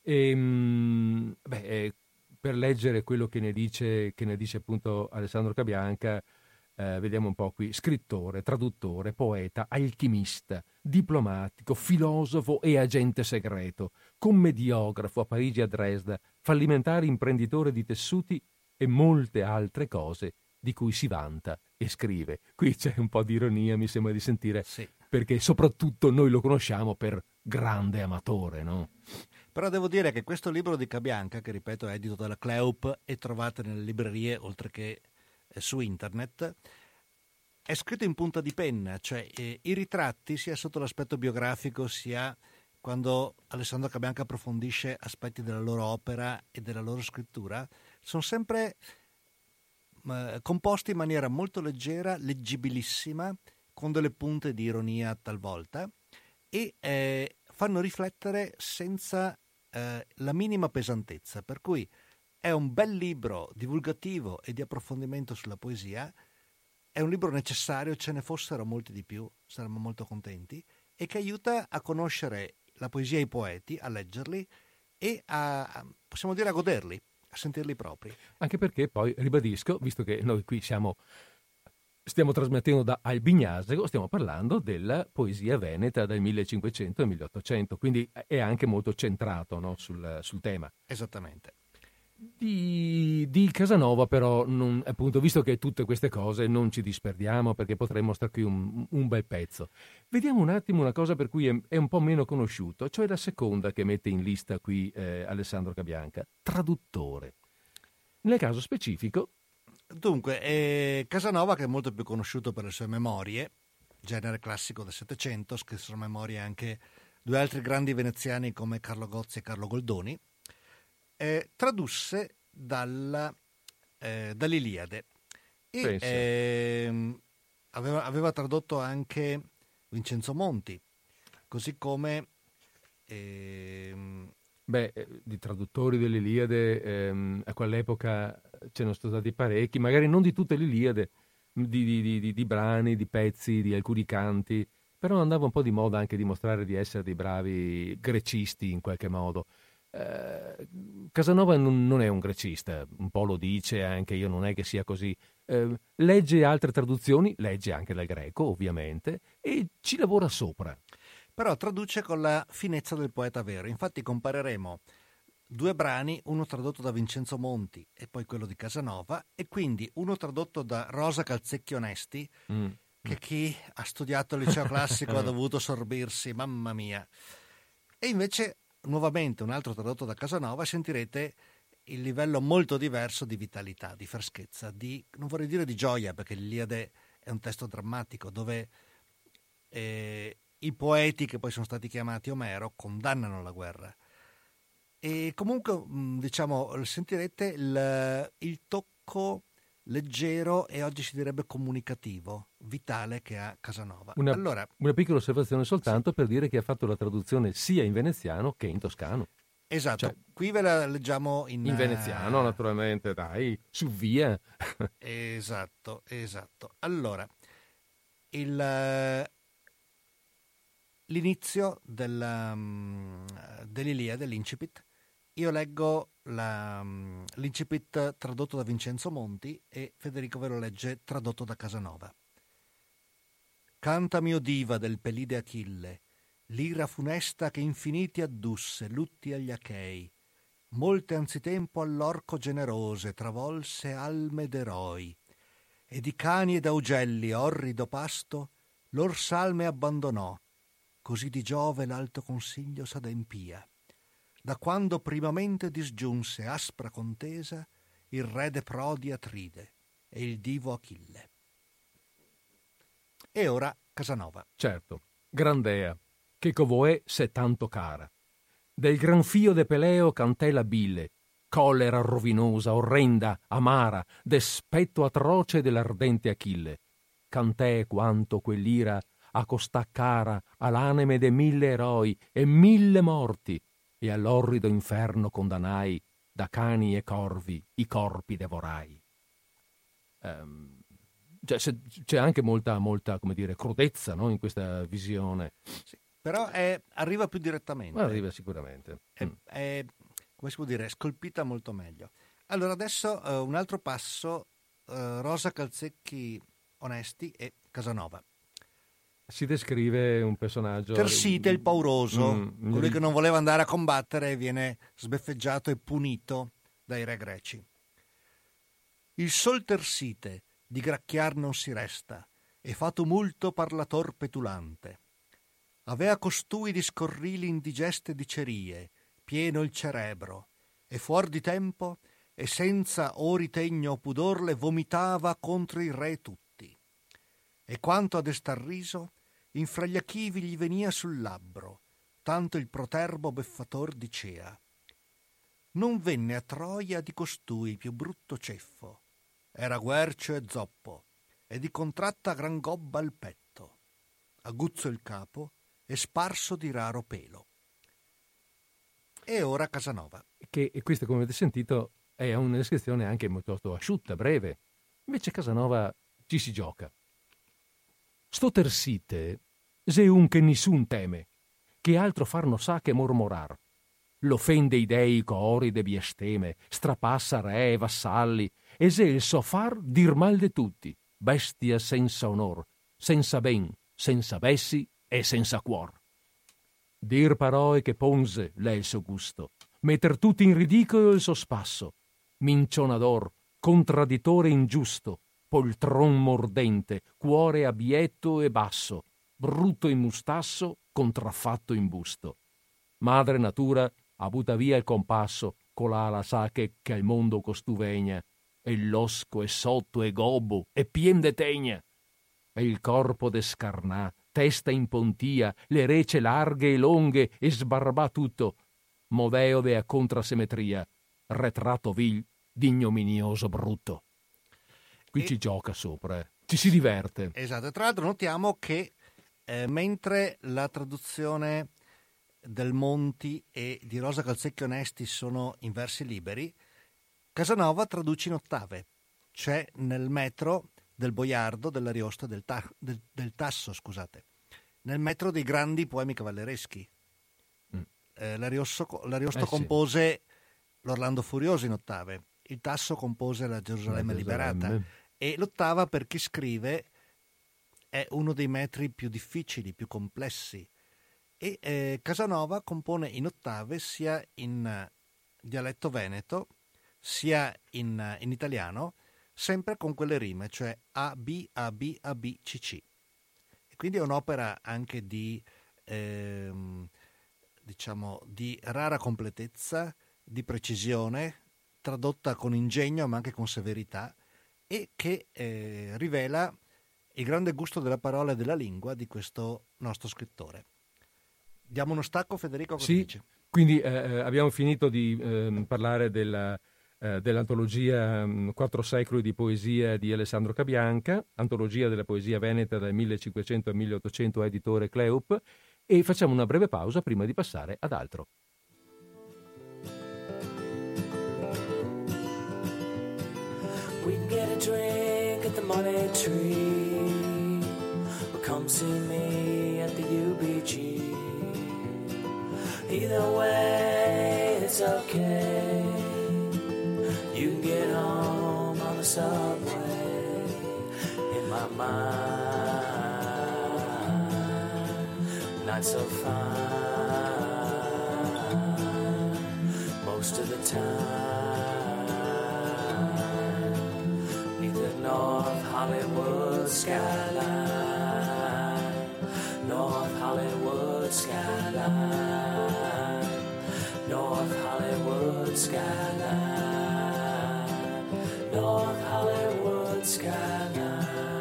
Per leggere quello che ne dice appunto Alessandro Cabianca, vediamo un po' qui: scrittore, traduttore, poeta, alchimista, diplomatico, filosofo e agente segreto, commediografo a Parigi e a Dresda, fallimentare imprenditore di tessuti e molte altre cose di cui si vanta e scrive. Qui c'è un po' di ironia, mi sembra di sentire, sì. Perché soprattutto noi lo conosciamo per grande amatore, no? Però devo dire che questo libro di Cabianca, che ripeto è edito dalla Cleup e trovate nelle librerie oltre che su internet, è scritto in punta di penna, cioè i ritratti sia sotto l'aspetto biografico sia quando Alessandro Cabianca approfondisce aspetti della loro opera e della loro scrittura, sono sempre composti in maniera molto leggera, leggibilissima, con delle punte di ironia talvolta, e fanno riflettere senza la minima pesantezza, per cui è un bel libro divulgativo e di approfondimento sulla poesia, è un libro necessario, ce ne fossero molti di più, saremmo molto contenti, e che aiuta a conoscere la poesia e i poeti, a leggerli e possiamo dire, a goderli, a sentirli propri. Anche perché poi, ribadisco, visto che noi qui stiamo trasmettendo da Albignasego, stiamo parlando della poesia veneta del 1500 e 1800, quindi è anche molto centrato, no, sul tema. Esattamente. Di Casanova però, appunto, visto che tutte queste cose non ci disperdiamo perché potremmo stare qui un bel pezzo. Vediamo un attimo una cosa per cui è un po' meno conosciuto, cioè la seconda che mette in lista qui Alessandro Cabianca, traduttore. Nel caso specifico, dunque, Casanova, che è molto più conosciuto per le sue memorie, genere classico del Settecento, scrissero memorie anche due altri grandi veneziani come Carlo Gozzi e Carlo Goldoni, tradusse dall'Iliade e aveva tradotto anche Vincenzo Monti, così come di traduttori dell'Iliade a quell'epoca ce ne sono stati parecchi, magari non di tutte l'Iliade, di brani, di pezzi, di alcuni canti, però andava un po' di moda anche dimostrare di essere dei bravi grecisti in qualche modo. Casanova non è un grecista, un po' lo dice anche, io non è che sia così legge altre traduzioni, legge anche dal greco ovviamente, e ci lavora sopra. Però traduce con la finezza del poeta vero. Infatti compareremo 2 brani, uno tradotto da Vincenzo Monti e poi quello di Casanova, e quindi uno tradotto da Rosa Calzecchi Onesti, che chi ha studiato il liceo classico ha dovuto sorbirsi, mamma mia. E invece nuovamente un altro tradotto da Casanova, sentirete il livello molto diverso di vitalità, di freschezza, non vorrei dire di gioia, perché l'Iliade è un testo drammatico dove i poeti, che poi sono stati chiamati Omero, condannano la guerra. E comunque, diciamo, sentirete il tocco leggero e oggi si direbbe comunicativo, vitale, che ha Casanova. Una piccola osservazione soltanto, sì, per dire che ha fatto la traduzione sia in veneziano che in toscano. Esatto, cioè, qui ve la leggiamo in veneziano, naturalmente, dai, su via. Esatto. Allora, l'inizio dell'Iliade, dell'incipit, io leggo l'incipit tradotto da Vincenzo Monti e Federico ve lo legge tradotto da Casanova. Cantami, o diva del Pelide Achille, l'ira funesta che infiniti addusse lutti agli Achei, molte anzitempo all'orco generose travolse alme d'eroi, e di cani ed augelli orrido pasto lor salme abbandonò, così di Giove l'alto consiglio s'adempia, da quando primamente disgiunse aspra contesa il re de Prodi Atride e il divo Achille. E ora Casanova. Certo, grandea, che covoè se tanto cara. Del gran fio de Peleo cantè la bile, collera rovinosa, orrenda, amara, despetto atroce dell'ardente Achille. Cantè quanto quell'ira accostà cara all'anime de 1000 eroi e 1000 morti, e all'orrido inferno condannai, da cani e corvi i corpi devorai. C'è anche molta, come dire, crudezza, no, in questa visione. Sì, però arriva più direttamente. Arriva sicuramente. È, come si può dire, è scolpita molto meglio. Allora adesso un altro passo, Rosa Calzecchi Onesti e Casanova. Si descrive un personaggio... Tersite il pauroso, colui che non voleva andare a combattere, viene sbeffeggiato e punito dai re greci. Il sol Tersite di gracchiar non si resta, e fa tumulto parlator petulante. Avea costui di scorrili indigeste dicerie, pieno il cerebro, e fuor di tempo, e senza o ritegno o pudor le vomitava contro i re tutti. E quanto a destar riso, in fra gli achivi gli venia sul labbro, tanto il proterbo beffator dicea. Non venne a Troia di costui più brutto ceffo, era guercio e zoppo, e di contratta gran gobba al petto, aguzzo il capo e sparso di raro pelo. E ora Casanova. Che questo, come avete sentito, è una descrizione anche molto asciutta, breve. Invece Casanova ci si gioca. Sto Tersite, se un che nessun teme, che altro far non sa che mormorar. L'offende i dei cooride biesteme, strapassa re e vassalli, e se il so far dir mal de tutti, bestia senza onor, senza ben, senza bessi e senza cuor. Dir parole che ponse l'è il suo gusto, metter tutti in ridicolo il suo spasso, mincionador, contradditore ingiusto, poltron mordente, cuore abietto e basso, brutto in mustasso, contraffatto in busto. Madre natura ha butta via il compasso, colà la sa che al mondo costù vegna, e l'osco e sotto e gobbo e pien de tegna, e il corpo de scarnà, testa in pontia, le rece larghe e longhe e sbarbà tutto, moveode a contrasemetria, retratto vil, d'ignominioso brutto. Qui ci gioca sopra, ci si diverte. Esatto, e tra l'altro notiamo che mentre la traduzione del Monti e di Rosa Calzecchi Onesti sono in versi liberi, Casanova traduce in ottave, cioè nel metro del Boiardo, dell'Ariosto, del Tasso, scusate, nel metro dei grandi poemi cavallereschi. L'Ariosto compose l'Orlando Furioso in ottave, il Tasso compose la Gerusalemme liberata, e l'ottava per chi scrive è uno dei metri più difficili, più complessi, e Casanova compone in ottave sia in dialetto veneto sia in italiano, sempre con quelle rime, cioè A, B, A, B, A, B, C, C. E quindi è un'opera anche diciamo, di rara completezza, di precisione, tradotta con ingegno ma anche con severità, e che rivela il grande gusto della parola e della lingua di questo nostro scrittore. Diamo uno stacco, Federico? Cosa dici? Quindi abbiamo finito di parlare dell'antologia Quattro secoli di poesia di Alessandro Cabianca, antologia della poesia veneta dal 1500 al 1800, editore Cleup, e facciamo una breve pausa prima di passare ad altro. We can get a drink at the Money Tree, or come see me at the UBG. Either way, it's okay. You can get home on the subway. In my mind, not so fine most of the time. Neath the North Hollywood skyline, North Hollywood skyline, North Hollywood skyline, North Hollywood skyline.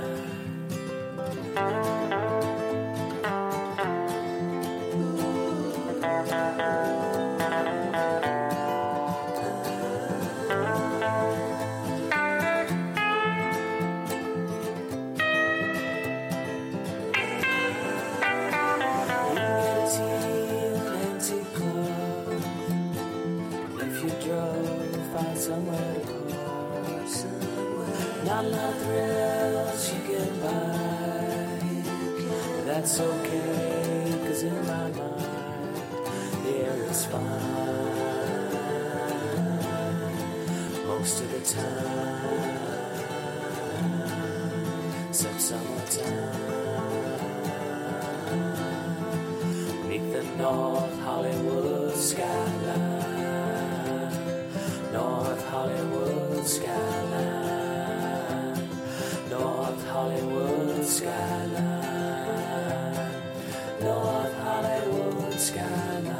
Not a lot of thrills you get by. That's okay, 'cause in my mind the air is fine most of the time, except summertime. Beneath the North Hollywood skyline, North Hollywood skyline, North Hollywood skyline, North Hollywood skyline.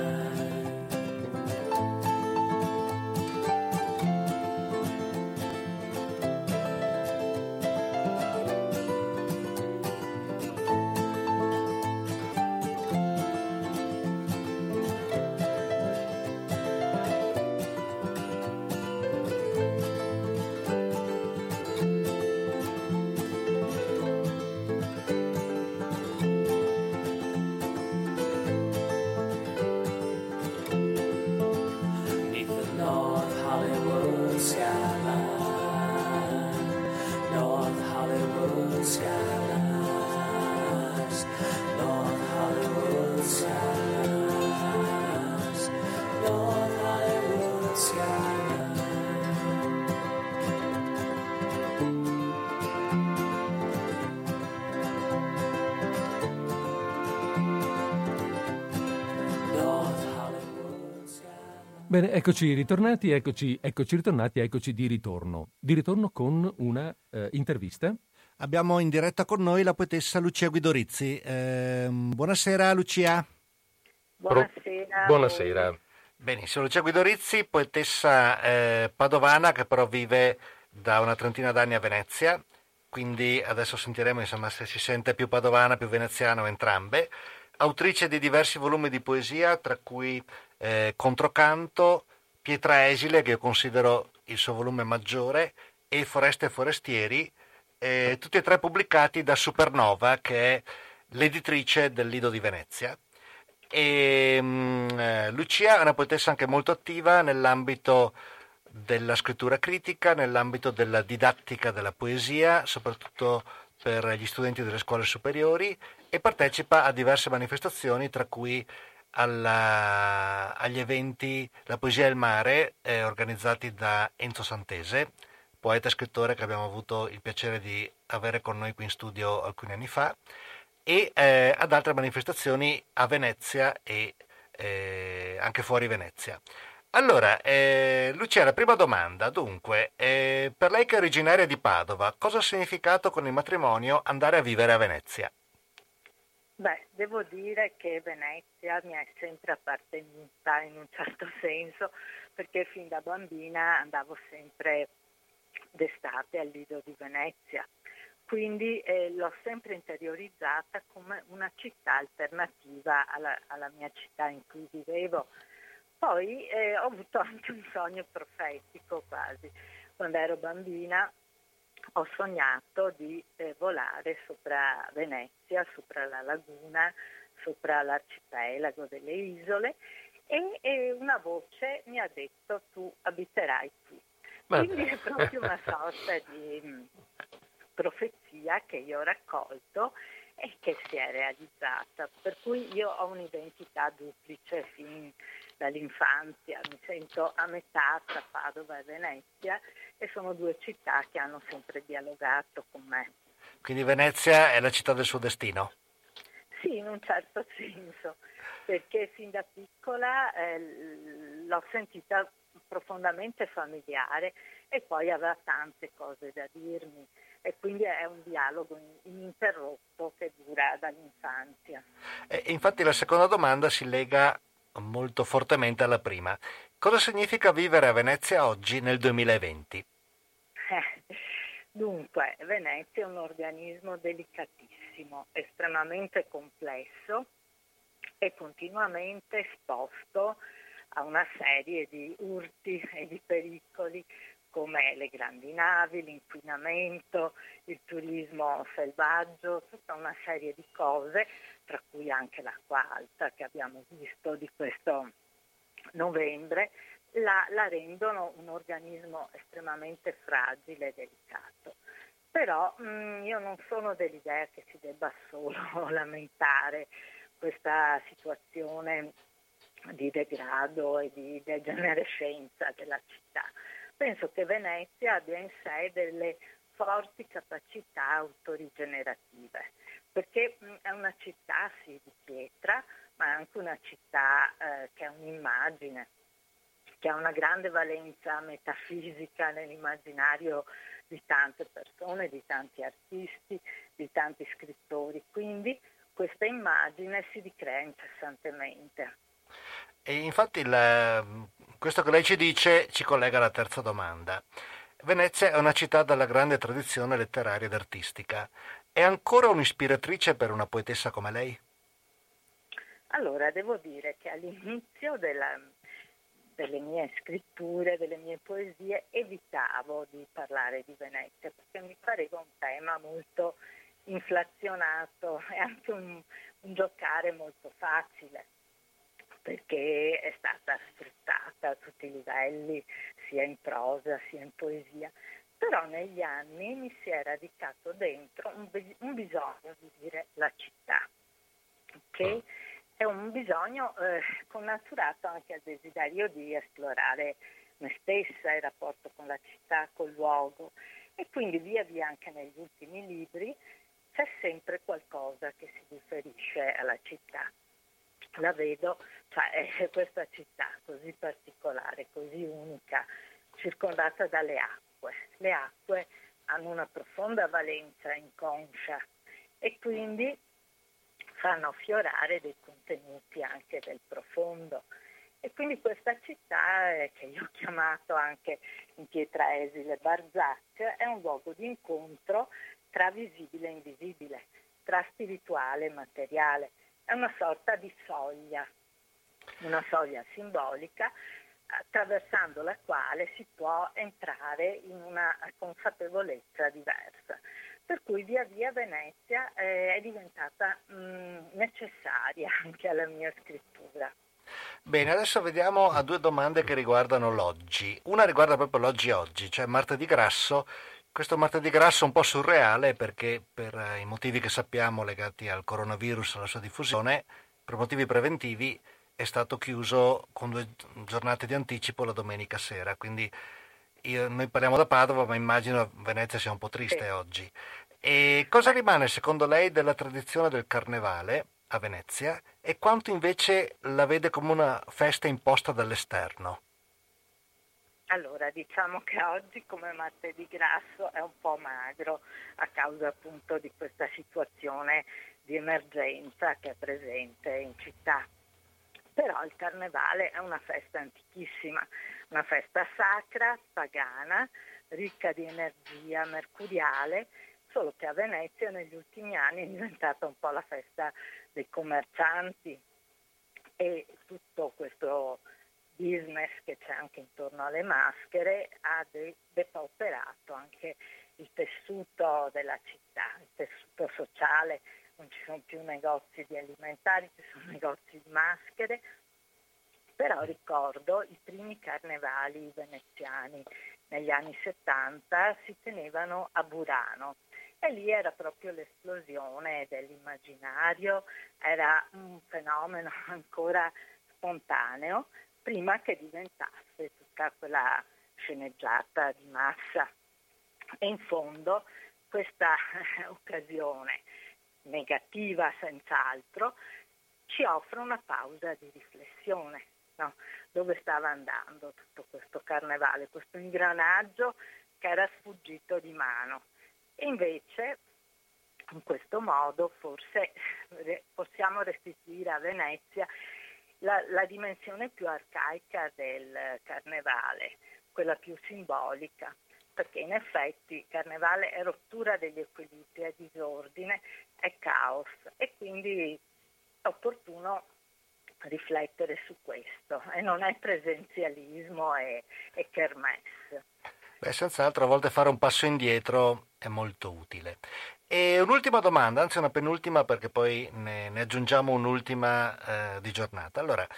Bene, eccoci ritornati, eccoci di ritorno con una intervista. Abbiamo in diretta con noi la poetessa Lucia Guidorizzi. Buonasera Lucia. Buonasera. Buonasera. Benissimo, Lucia Guidorizzi, poetessa padovana che però vive da una trentina d'anni a Venezia, quindi adesso sentiremo insomma se si sente più padovana, più veneziana o entrambe. Autrice di diversi volumi di poesia, tra cui Controcanto, Pietra Esile, che io considero il suo volume maggiore, e Foreste e Forestieri, tutti e tre pubblicati da Supernova, che è l'editrice del Lido di Venezia. E Lucia è una poetessa anche molto attiva nell'ambito della scrittura critica, nell'ambito della didattica della poesia, soprattutto per gli studenti delle scuole superiori, e partecipa a diverse manifestazioni, tra cui agli eventi La Poesia e il Mare, organizzati da Enzo Santese, poeta e scrittore che abbiamo avuto il piacere di avere con noi qui in studio alcuni anni fa, e ad altre manifestazioni a Venezia e anche fuori Venezia. Allora, Lucia, la prima domanda, dunque, per lei che è originaria di Padova, cosa ha significato con il matrimonio andare a vivere a Venezia? Beh, devo dire che Venezia mi è sempre appartenuta in un certo senso, perché fin da bambina andavo sempre d'estate al Lido di Venezia. Quindi l'ho sempre interiorizzata come una città alternativa alla mia città in cui vivevo. Poi ho avuto anche un sogno profetico quasi. Quando ero bambina ho sognato di volare sopra Venezia, sopra la laguna, sopra l'arcipelago delle isole e una voce mi ha detto: tu abiterai qui. Quindi è proprio una sorta di profezia che io ho raccolto e che si è realizzata, per cui io ho un'identità duplice fin dall'infanzia, mi sento a metà tra Padova e Venezia e sono due città che hanno sempre dialogato con me. Quindi Venezia è la città del suo destino? Sì, in un certo senso, perché fin da piccola l'ho sentita profondamente familiare e poi aveva tante cose da dirmi. E quindi è un dialogo ininterrotto che dura dall'infanzia. Infatti la seconda domanda si lega molto fortemente alla prima. Cosa significa vivere a Venezia oggi nel 2020? Dunque, Venezia è un organismo delicatissimo, estremamente complesso e continuamente esposto a una serie di urti e di pericoli, come le grandi navi, l'inquinamento, il turismo selvaggio, tutta una serie di cose, tra cui anche l'acqua alta che abbiamo visto di questo novembre, la rendono un organismo estremamente fragile e delicato. Però io non sono dell'idea che si debba solo lamentare questa situazione di degrado e di degenerescenza della città. Penso che Venezia abbia in sé delle forti capacità autorigenerative, perché è una città sì di pietra, ma è anche una città che ha un'immagine, che ha una grande valenza metafisica nell'immaginario di tante persone, di tanti artisti, di tanti scrittori. Quindi questa immagine si ricrea incessantemente. E infatti questo che lei ci dice ci collega alla terza domanda. Venezia è una città dalla grande tradizione letteraria ed artistica. È ancora un'ispiratrice per una poetessa come lei? Allora, devo dire che all'inizio delle mie scritture, delle mie poesie, evitavo di parlare di Venezia perché mi pareva un tema molto inflazionato e anche un giocare molto facile, perché è stata sfruttata a tutti i livelli, sia in prosa sia in poesia. Però negli anni mi si è radicato dentro un bisogno di dire la città, che è un bisogno connaturato anche al desiderio di esplorare me stessa, il rapporto con la città, col luogo. E quindi via via anche negli ultimi libri c'è sempre qualcosa che si riferisce alla città. La vedo, cioè questa città così particolare, così unica, circondata dalle acque. Le acque hanno una profonda valenza inconscia e quindi fanno affiorare dei contenuti anche del profondo. E quindi questa città, che io ho chiamato anche in pietra esile Barzac, è un luogo di incontro tra visibile e invisibile, tra spirituale e materiale. È una sorta di soglia, una soglia simbolica attraversando la quale si può entrare in una consapevolezza diversa. Per cui via via Venezia è diventata necessaria anche alla mia scrittura. Bene, adesso vediamo a due domande che riguardano l'oggi. Una riguarda proprio l'oggi, cioè martedì grasso. Questo martedì grasso un po' surreale perché per i motivi che sappiamo legati al coronavirus, alla sua diffusione, per motivi preventivi è stato chiuso con 2 giornate di anticipo la domenica sera, quindi noi parliamo da Padova, ma immagino Venezia sia un po' triste Sì. oggi. E cosa rimane secondo lei della tradizione del carnevale a Venezia e quanto invece la vede come una festa imposta dall'esterno? Allora, diciamo che oggi come martedì grasso è un po' magro a causa appunto di questa situazione di emergenza che è presente in città. Però il carnevale è una festa antichissima, una festa sacra, pagana, ricca di energia mercuriale, solo che a Venezia negli ultimi anni è diventata un po' la festa dei commercianti e tutto questo business che c'è anche intorno alle maschere ha depauperato anche il tessuto della città, il tessuto sociale. Non ci sono più negozi di alimentari, ci sono negozi di maschere, però ricordo i primi carnevali veneziani negli anni 70 si tenevano a Burano e lì era proprio l'esplosione dell'immaginario, era un fenomeno ancora spontaneo prima che diventasse tutta quella sceneggiata di massa. E in fondo questa occasione negativa senz'altro, ci offre una pausa di riflessione, no? Dove stava andando tutto questo carnevale, questo ingranaggio che era sfuggito di mano. E invece in questo modo forse possiamo restituire a Venezia la dimensione più arcaica del carnevale, quella più simbolica, perché in effetti il carnevale è rottura degli equilibri, è disordine, è caos e quindi è opportuno riflettere su questo e non è presenzialismo e kermesse. Beh, senz'altro a volte fare un passo indietro è molto utile. E un'ultima domanda, anzi una penultima perché poi ne aggiungiamo un'ultima di giornata. Allora,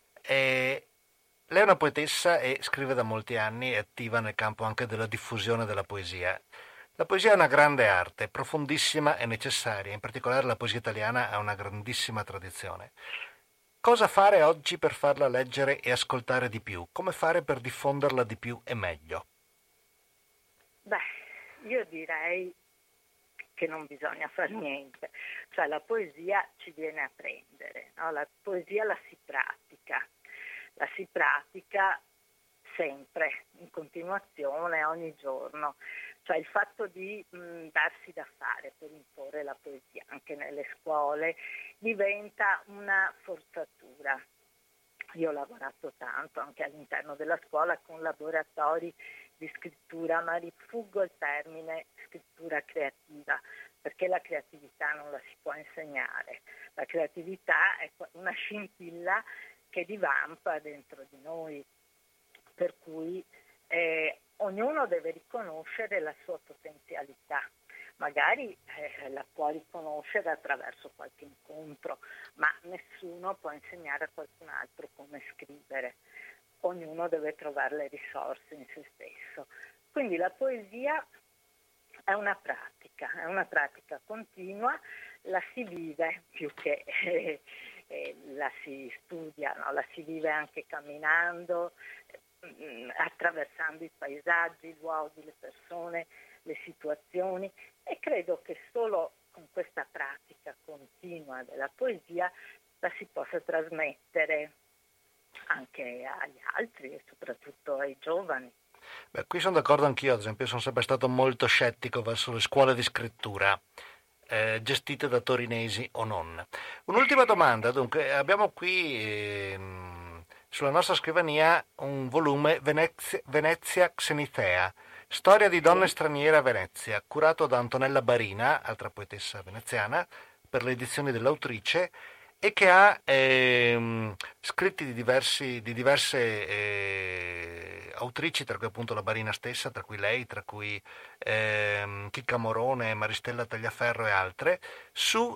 lei è una poetessa e scrive da molti anni, è attiva nel campo anche della diffusione della poesia. La poesia è una grande arte, profondissima e necessaria, in particolare la poesia italiana ha una grandissima tradizione. Cosa fare oggi per farla leggere e ascoltare di più? Come fare per diffonderla di più e meglio? Beh, io direi che non bisogna fare niente, cioè la poesia ci viene a prendere, no? La poesia la si pratica sempre, in continuazione, ogni giorno, cioè il fatto di darsi da fare per imporre la poesia anche nelle scuole diventa una forzatura. Io ho lavorato tanto anche all'interno della scuola con laboratori di scrittura, ma rifuggo il termine scrittura creativa, perché la creatività non la si può insegnare. La creatività è una scintilla che divampa dentro di noi, per cui ognuno deve riconoscere la sua potenzialità. Magari la può riconoscere attraverso qualche incontro, ma nessuno può insegnare a qualcun altro come scrivere. Ognuno deve trovare le risorse in se stesso. Quindi la poesia è una pratica continua, la si vive più che la si studia, no? La si vive anche camminando, attraversando i paesaggi, i luoghi, le persone, le situazioni e credo che solo con questa pratica continua della poesia la si possa trasmettere anche agli altri e soprattutto ai giovani. Beh, qui sono d'accordo anch'io, ad esempio sono sempre stato molto scettico verso le scuole di scrittura, gestite da torinesi o non. Un'ultima domanda, dunque, abbiamo qui sulla nostra scrivania un volume Venezia Xenithea, storia di donne straniere a Venezia, curato da Antonella Barina, altra poetessa veneziana, per le edizioni dell'Autrice, e che ha scritti di diverse autrici, tra cui appunto la Barina stessa, tra cui lei, tra cui Chicca Morone, Maristella Tagliaferro e altre, su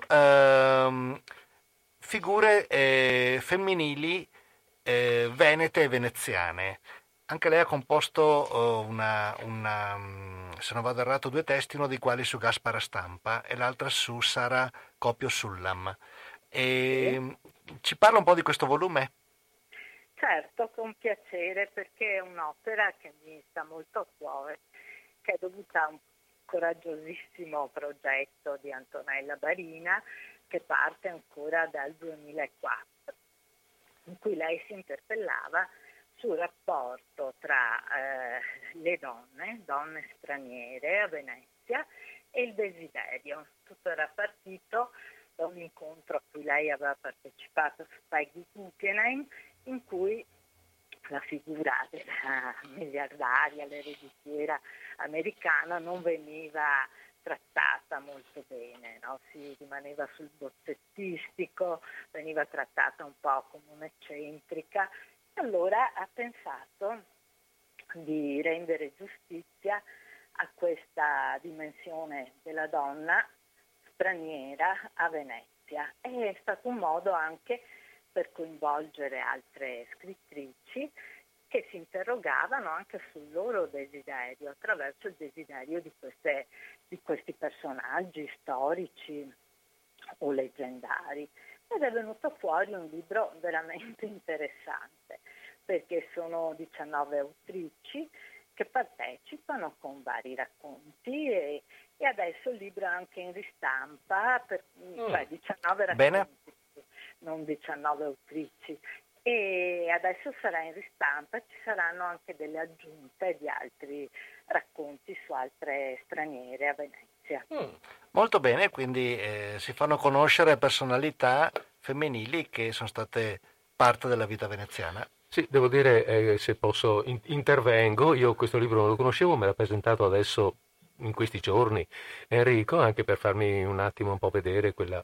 figure femminili venete e veneziane. Anche lei ha composto se non vado errato, 2 testi, uno dei quali su Gaspara Stampa e l'altra su Sara Copio Sullam. Ci parla un po' di questo volume? Certo, con piacere, perché è un'opera che mi sta molto a cuore, che è dovuta a un coraggiosissimo progetto di Antonella Barina che parte ancora dal 2004, in cui lei si interpellava sul rapporto tra le donne straniere a Venezia, e il desiderio. Tutto era partito da un incontro a cui lei aveva partecipato su Peggy Guggenheim, in cui la figura della miliardaria, l'ereditiera americana non veniva trattata molto bene, no? Si rimaneva sul bozzettistico, veniva trattata un po' come un'eccentrica. Allora ha pensato di rendere giustizia a questa dimensione della donna straniera a Venezia. È stato un modo anche per coinvolgere altre scrittrici che si interrogavano anche sul loro desiderio attraverso il desiderio di questi personaggi storici o leggendari. Ed è venuto fuori un libro veramente interessante, perché sono 19 autrici che partecipano con vari racconti e adesso il libro è anche in ristampa, cioè 19 racconti. Bene. Non 19 autrici, e adesso sarà in ristampa, ci saranno anche delle aggiunte di altri racconti su altre straniere a Venezia. Molto bene, quindi si fanno conoscere personalità femminili che sono state parte della vita veneziana. Sì, devo dire, se posso intervengo, io questo libro non lo conoscevo, me l'ha presentato adesso in questi giorni Enrico, anche per farmi un attimo un po' vedere quella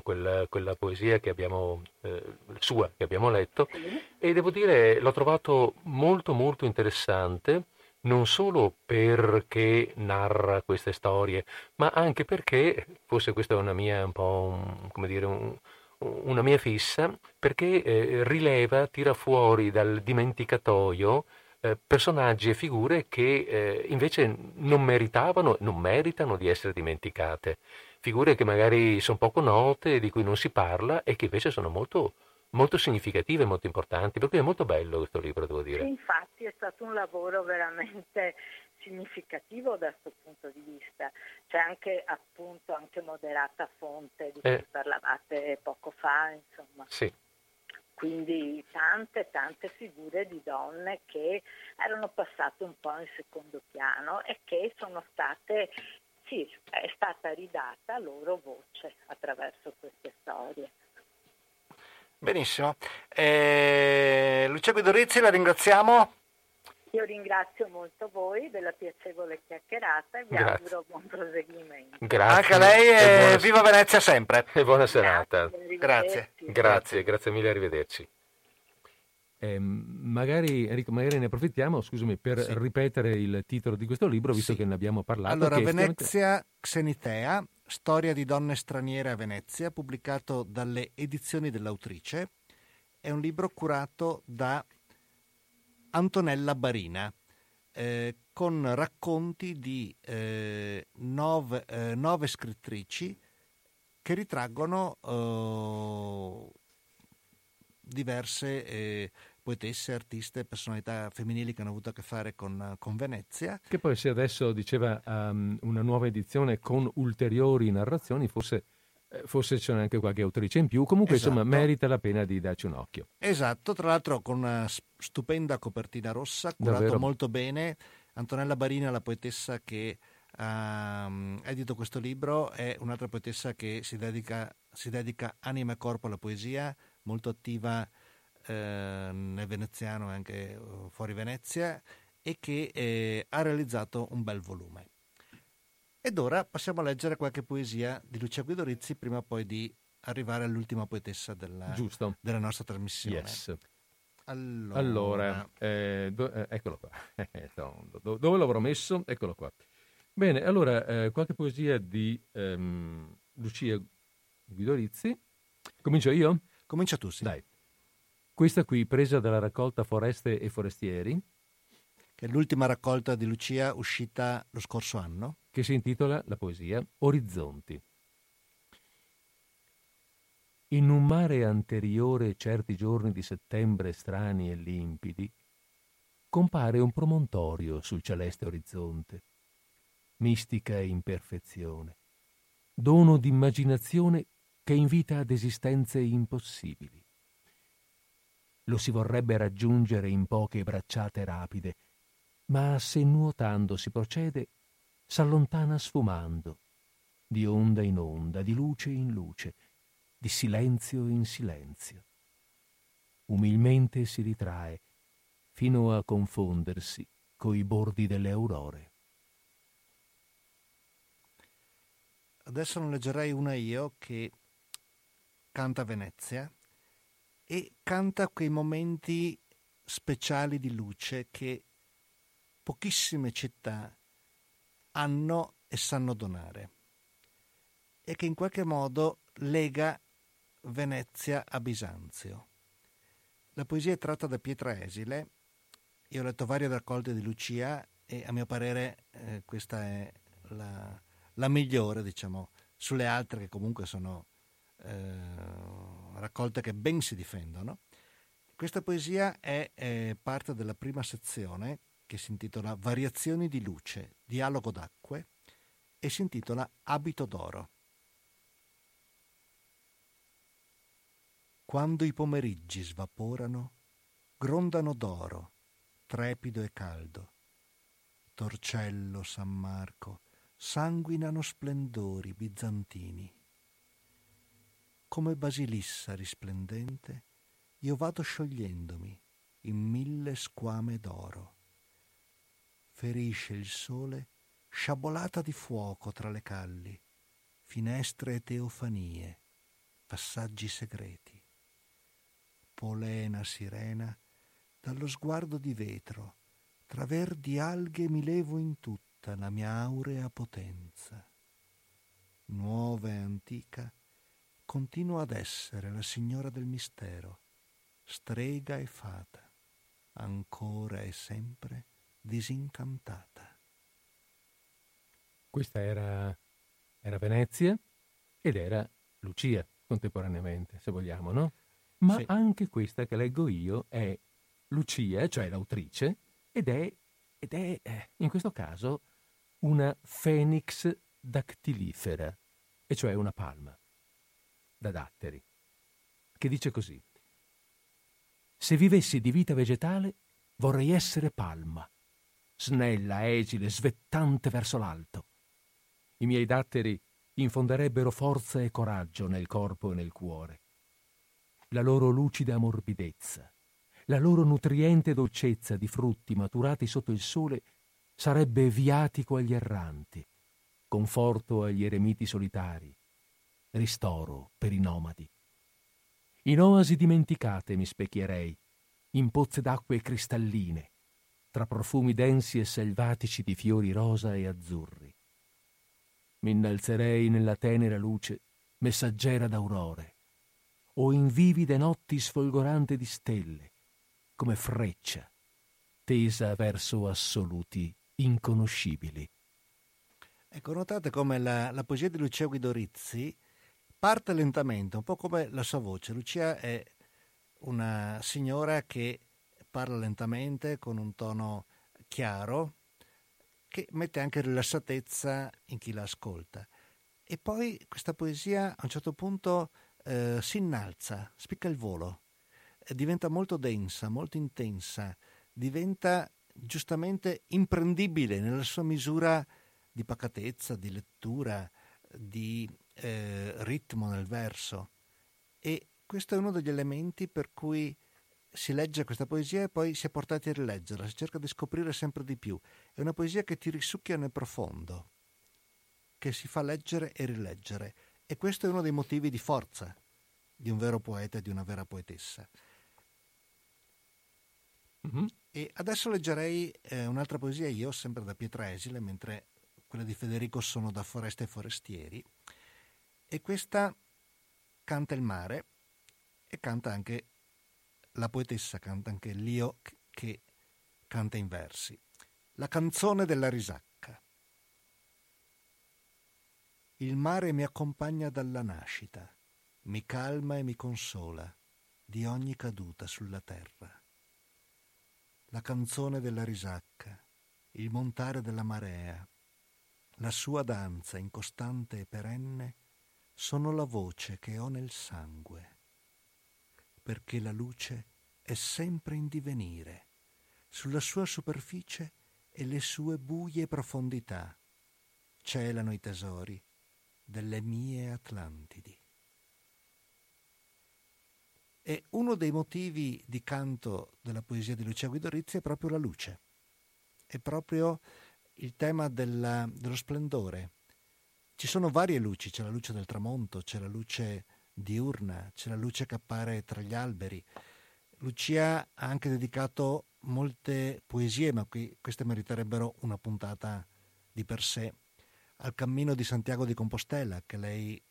poesia che abbiamo sua, che abbiamo letto, e devo dire l'ho trovato molto molto interessante, non solo perché narra queste storie, ma anche perché, forse questa è una mia un po' come dire una mia fissa, perché rileva, tira fuori dal dimenticatoio personaggi e figure che invece non meritano di essere dimenticate. Figure che magari sono poco note, di cui non si parla e che invece sono molto, molto significative, molto importanti. Per cui è molto bello questo libro, devo dire. Sì, infatti è stato un lavoro veramente significativo da questo punto di vista. C'è anche Moderata Fonte di cui parlavate poco fa, insomma. Sì. Quindi tante figure di donne che erano passate un po' in secondo piano e che sono state, sì, è stata ridata loro voce attraverso queste storie. Benissimo. Lucia Guidorizzi, la ringraziamo. Io ringrazio molto voi della piacevole chiacchierata e vi auguro buon proseguimento. Anche Grazie. a lei e viva Venezia sempre. E buona serata. Grazie. Grazie mille, arrivederci. Magari Enrico, ne approfittiamo, scusami, per ripetere il titolo di questo libro, visto che ne abbiamo parlato. Allora, Venezia Xenitea, storia di donne straniere a Venezia, pubblicato dalle edizioni dell'autrice. È un libro curato da Antonella Barina, con racconti di 9 scrittrici che ritraggono diverse poetesse, artiste, personalità femminili che hanno avuto a che fare con Venezia. Che poi, se adesso diceva una nuova edizione con ulteriori narrazioni, forse c'è anche qualche autrice in più. Comunque, insomma, merita la pena di darci un occhio. Esatto, tra l'altro con una stupenda copertina rossa, curato molto bene. Antonella Barina, la poetessa che ha edito questo libro, è un'altra poetessa che si dedica anima e corpo alla poesia, molto attiva nel veneziano e anche fuori Venezia, e che ha realizzato un bel volume. Ed ora passiamo a leggere qualche poesia di Lucia Guidorizzi prima poi di arrivare all'ultima poetessa della nostra trasmissione. Yes. Allora eccolo qua. Dove l'avrò messo? Eccolo qua. Bene, allora qualche poesia di Lucia Guidorizzi. Comincio io? Comincia tu, sì. Dai. Questa qui, presa dalla raccolta Foreste e Forestieri, che è l'ultima raccolta di Lucia uscita lo scorso anno, che si intitola, la poesia, Orizzonti. In un mare anteriore certi giorni di settembre strani e limpidi, compare un promontorio sul celeste orizzonte, mistica imperfezione, dono d'immaginazione che invita ad esistenze impossibili. Lo si vorrebbe raggiungere in poche bracciate rapide, ma se nuotando si procede, s'allontana sfumando, di onda in onda, di luce in luce, di silenzio in silenzio. Umilmente si ritrae, fino a confondersi coi bordi delle aurore. Adesso ne leggerei una io che canta Venezia e canta quei momenti speciali di luce che pochissime città hanno e sanno donare, e che in qualche modo lega Venezia a Bisanzio. La poesia è tratta da Pietra Esile. Io ho letto varie raccolte di Lucia e a mio parere questa è la migliore, diciamo, sulle altre che comunque sono raccolte che ben si difendono. Questa poesia è parte della prima sezione che si intitola Variazioni di luce, dialogo d'acque, e si intitola Abito d'oro. Quando i pomeriggi svaporano, grondano d'oro, trepido e caldo. Torcello, San Marco, sanguinano splendori bizantini. Come basilissa risplendente, io vado sciogliendomi in 1000 squame d'oro. Ferisce il sole sciabolata di fuoco tra le calli, finestre e teofanie, passaggi segreti. Polena sirena, dallo sguardo di vetro, tra verdi alghe mi levo in tutta la mia aurea potenza. Nuova e antica, continua ad essere la signora del mistero, strega e fata, ancora e sempre disincantata. Questa era Venezia ed era Lucia contemporaneamente, se vogliamo, no? Ma Sì. anche questa che leggo io è Lucia, cioè l'autrice, ed è in questo caso una Phoenix dactilifera, e cioè una palma da datteri, che dice così: se vivessi di vita vegetale vorrei essere palma, snella, esile, svettante verso l'alto. I miei datteri infonderebbero forza e coraggio nel corpo e nel cuore. La loro lucida morbidezza, la loro nutriente dolcezza di frutti maturati sotto il sole sarebbe viatico agli erranti, conforto agli eremiti solitari, ristoro per i nomadi. In oasi dimenticate mi specchierei, in pozze d'acque cristalline, tra profumi densi e selvatici di fiori rosa e azzurri. Mi innalzerei nella tenera luce, messaggera d'aurore, o in vivide notti sfolgorante di stelle, come freccia, tesa verso assoluti inconoscibili. Ecco, notate come la poesia di Lucia Guido Rizzi parte lentamente, un po' come la sua voce. Lucia è una signora che parla lentamente, con un tono chiaro, che mette anche rilassatezza in chi la ascolta. E poi questa poesia a un certo punto si innalza, spicca il volo, diventa molto densa, molto intensa, diventa giustamente imprendibile nella sua misura di pacatezza, di lettura, di ritmo nel verso. E questo è uno degli elementi per cui si legge questa poesia e poi si è portati a rileggerla, si cerca di scoprire sempre di più. È una poesia che ti risucchia nel profondo, che si fa leggere e rileggere, e questo è uno dei motivi di forza di un vero poeta e di una vera poetessa. Mm-hmm. E adesso leggerei un'altra poesia io, sempre da Pietra Esile, mentre quelle di Federico sono da Foreste e Forestieri, e questa canta il mare e canta anche la poetessa, canta anche l'io che canta in versi. La canzone della risacca. Il mare mi accompagna dalla nascita, mi calma e mi consola di ogni caduta sulla terra. La canzone della risacca, il montare della marea, la sua danza incostante e perenne sono la voce che ho nel sangue, perché la luce è sempre in divenire, sulla sua superficie e le sue buie profondità celano i tesori delle mie Atlantidi. E uno dei motivi di canto della poesia di Lucia Guido Rizzi è proprio la luce, è proprio il tema dello splendore. Ci sono varie luci, c'è la luce del tramonto, c'è la luce diurna, c'è la luce che appare tra gli alberi. Lucia ha anche dedicato molte poesie, ma queste meriterebbero una puntata di per sé, al cammino di Santiago di Compostela che lei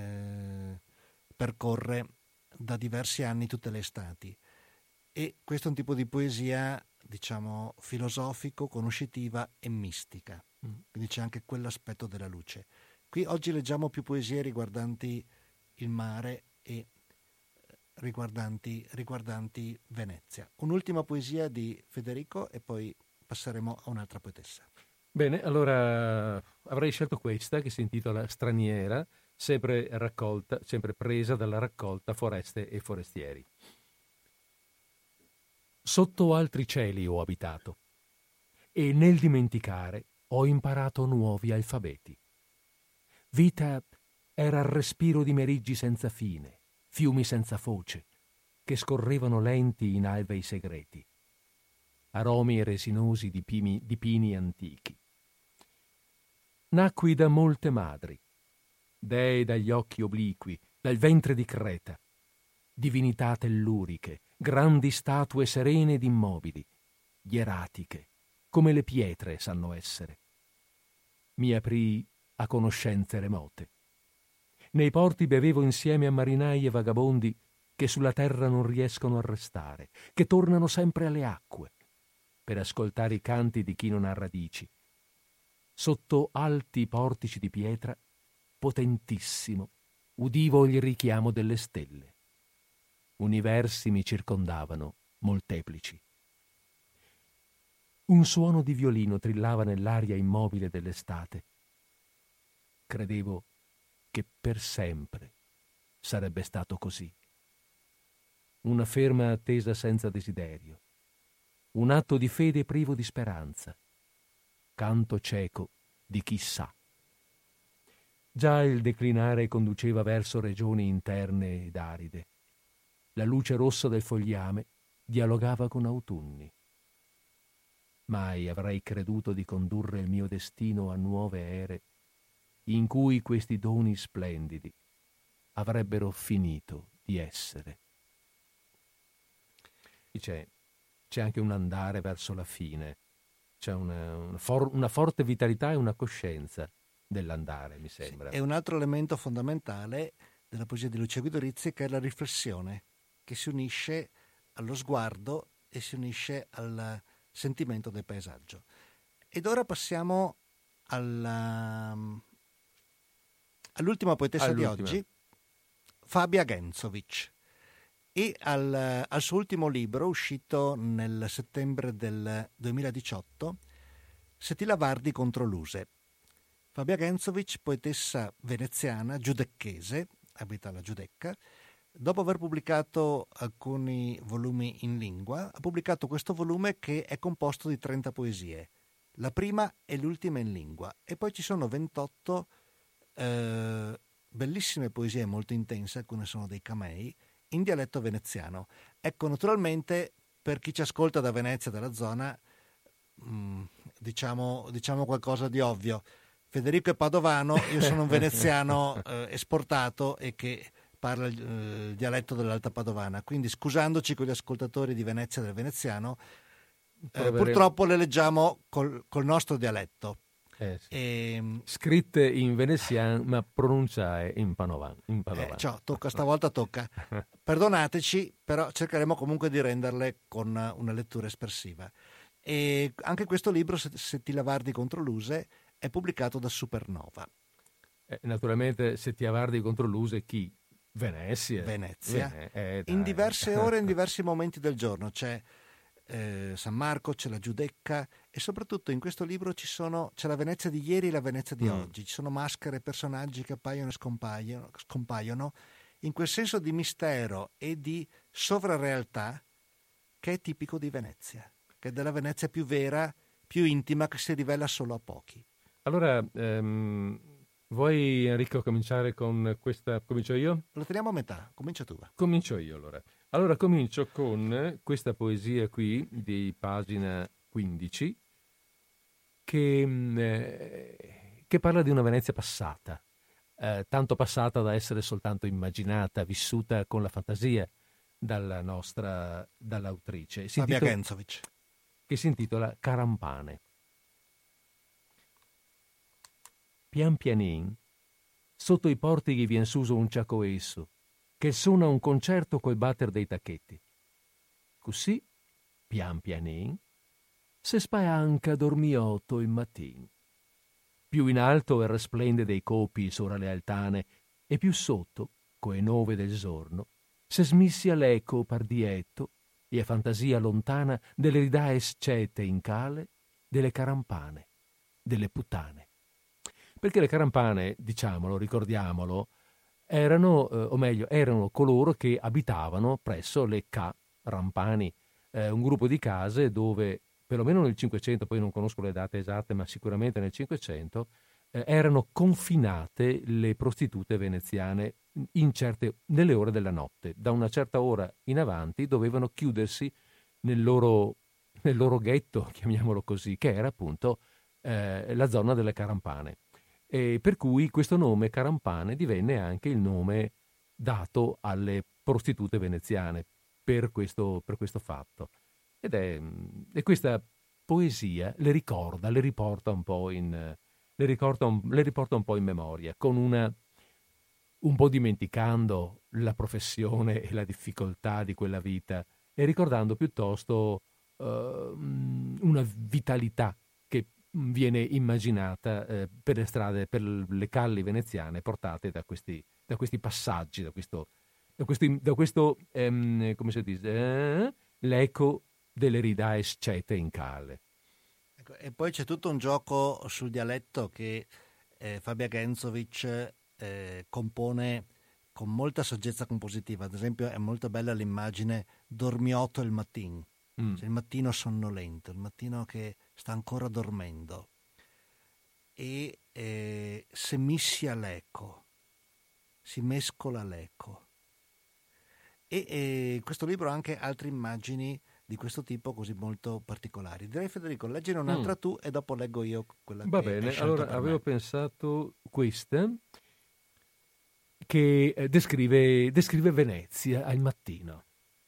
percorre da diversi anni tutte le estati. E questo è un tipo di poesia, diciamo, filosofico, conoscitiva e mistica. Quindi c'è anche quell'aspetto della luce. Qui oggi leggiamo più poesie riguardanti il mare e riguardanti Venezia. Un'ultima poesia di Federico e poi passeremo a un'altra poetessa. Bene, allora avrei scelto questa che si intitola Straniera, sempre presa dalla raccolta Foreste e forestieri. Sotto altri cieli ho abitato e nel dimenticare ho imparato nuovi alfabeti. Vita era il respiro di meriggi senza fine, fiumi senza foce, che scorrevano lenti in alvei segreti, aromi resinosi di pini antichi. Nacqui da molte madri, dei dagli occhi obliqui, dal ventre di Creta, divinità telluriche, grandi statue serene ed immobili, ieratiche, come le pietre sanno essere. Mi aprii a conoscenze remote. Nei porti bevevo insieme a marinai e vagabondi che sulla terra non riescono a restare, che tornano sempre alle acque, per ascoltare i canti di chi non ha radici. Sotto alti portici di pietra, potentissimo, udivo il richiamo delle stelle. Universi mi circondavano, molteplici. Un suono di violino trillava nell'aria immobile dell'estate. Credevo che per sempre sarebbe stato così. Una ferma attesa senza desiderio, un atto di fede privo di speranza, canto cieco di chi sa. Già il declinare conduceva verso regioni interne ed aride. La luce rossa del fogliame dialogava con autunni. Mai avrei creduto di condurre il mio destino a nuove ere in cui questi doni splendidi avrebbero finito di essere. C'è anche un andare verso la fine, c'è una forte vitalità e una coscienza dell'andare, mi sembra. Sì, è un altro elemento fondamentale della poesia di Lucia Guido Rizzi, che è la riflessione, che si unisce allo sguardo e si unisce al sentimento del paesaggio. Ed ora passiamo all'ultima poetessa di oggi, Fabia Genzovic, e al suo ultimo libro, uscito nel settembre del 2018, Se ti lavardi contro l'use. Fabia Genzovic, poetessa veneziana, giudecchese, abita alla Giudecca. Dopo aver pubblicato alcuni volumi in lingua, ha pubblicato questo volume che è composto di 30 poesie. La prima e l'ultima in lingua. E poi ci sono 28 bellissime poesie molto intense, alcune sono dei camei, in dialetto veneziano. Ecco, naturalmente, per chi ci ascolta da Venezia, dalla zona, diciamo qualcosa di ovvio. Federico è padovano, io sono un veneziano esportato e che parla il dialetto dell'Alta Padovana, quindi scusandoci con gli ascoltatori di Venezia del veneziano, purtroppo le leggiamo col nostro dialetto. Sì. Scritte in veneziano ma pronunciate in padovano. Stavolta tocca. Perdonateci, però cercheremo comunque di renderle con una lettura espressiva. E anche questo libro, Se ti lavardi contro l'use, è pubblicato da Supernova. Naturalmente Se ti lavardi contro l'use chi Venezia. In diverse ore, in diversi momenti del giorno. C'è San Marco, c'è la Giudecca e soprattutto in questo libro c'è la Venezia di ieri e la Venezia di oggi. Ci sono maschere, personaggi che appaiono e scompaiono in quel senso di mistero e di sovrarealtà che è tipico di Venezia, che è della Venezia più vera, più intima, che si rivela solo a pochi. Allora, vuoi Enrico cominciare con questa? Comincio io? Lo teniamo a metà, comincia tu. Va. Comincio io allora. Allora comincio con questa poesia qui di pagina 15 che parla di una Venezia passata, tanto passata da essere soltanto immaginata, vissuta con la fantasia dall'autrice. Fabia Genzovic. Che si intitola Carampane. Pian pianin, sotto i portichi vien suso un ciacoesso, che suona un concerto col batter dei tacchetti. Così, pian pianin, se spaanca dormiotto il mattin. Più in alto il resplende dei copi sopra le altane, e più sotto, coe nove del giorno, se smissia l'eco pardietto e a fantasia lontana delle ridae scete in cale, delle carampane, delle puttane. Perché le carampane, diciamolo, ricordiamolo, erano coloro che abitavano presso le Rampani, un gruppo di case dove, perlomeno nel Cinquecento, poi non conosco le date esatte, ma sicuramente nel Cinquecento, erano confinate le prostitute veneziane nelle ore della notte. Da una certa ora in avanti dovevano chiudersi nel loro ghetto, chiamiamolo così, che era appunto la zona delle Carampane. E per cui questo nome Carampane divenne anche il nome dato alle prostitute veneziane per questo fatto. E questa poesia le riporta un po' in memoria, con un po' dimenticando la professione e la difficoltà di quella vita e ricordando piuttosto una vitalità che viene immaginata per le strade, per le calli veneziane portate da questi passaggi, da questo come si dice, l'eco delle ridae scete in calle. Ecco, e poi c'è tutto un gioco sul dialetto che Fabia Genzovic compone con molta saggezza compositiva. Ad esempio è molto bella l'immagine dormiotto il mattino. Cioè il mattino sonnolento, il mattino che sta ancora dormendo, e se missia l'eco, si mescola l'eco. E questo libro ha anche altre immagini di questo tipo così molto particolari. Direi, Federico, leggine un'altra tu e dopo leggo io quella Va che hai bene, scelto. allora per avevo me. pensato questa che descrive Venezia al mattino.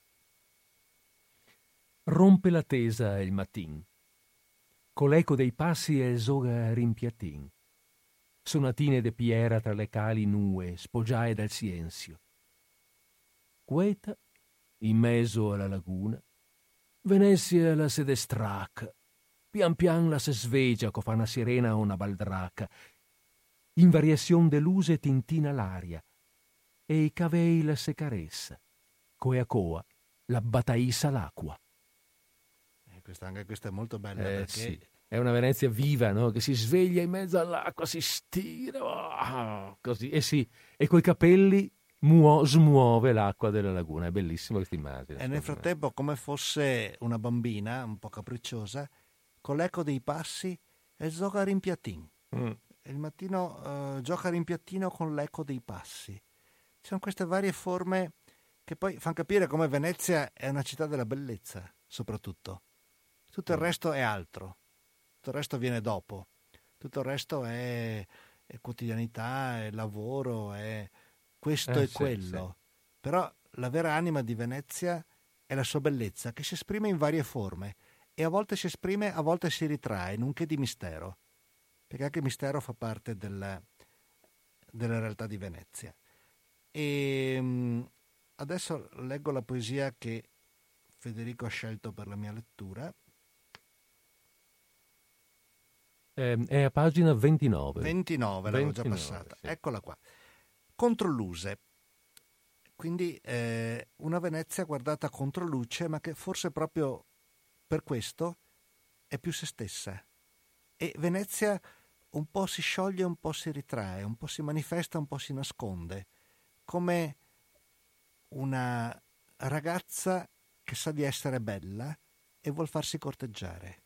Rompe la tesa il mattin, con l'eco dei passi esoga rimpiattin, sonatine de piera tra le cali nue, spogiae dal silenzio. Queta, in mezzo alla laguna, Venezia la se destraca, pian pian la se sveglia co fa una sirena o una baldraca, in variazion de luse tintina l'aria, e i cavei la se caressa, coe a coa la bataissa l'acqua. Anche questa è molto bella perché sì. È una Venezia viva, no? Che si sveglia in mezzo all'acqua, si stira, così, e coi capelli smuove l'acqua della laguna. È bellissima questa immagine. E nel frattempo, come fosse una bambina un po' capricciosa, con l'eco dei passi e gioca a rimpiattin. Il mattino gioca a rimpiattino con l'eco dei passi. Ci sono queste varie forme che poi fanno capire come Venezia è una città della bellezza, soprattutto. Tutto il resto è altro, tutto il resto viene dopo, tutto il resto è quotidianità, è lavoro, è questo e quello. Sì. Però la vera anima di Venezia è la sua bellezza, che si esprime in varie forme e a volte si esprime, a volte si ritrae, nonché di mistero, perché anche il mistero fa parte della realtà di Venezia. E adesso leggo la poesia che Federico ha scelto per la mia lettura. È a pagina 29. 29, l'avevo già passata. Sì. Eccola qua. Controlluse. quindi una Venezia guardata contro luce, ma che forse proprio per questo è più se stessa. E Venezia un po' si scioglie, un po' si ritrae, un po' si manifesta, un po' si nasconde, come una ragazza che sa di essere bella e vuol farsi corteggiare.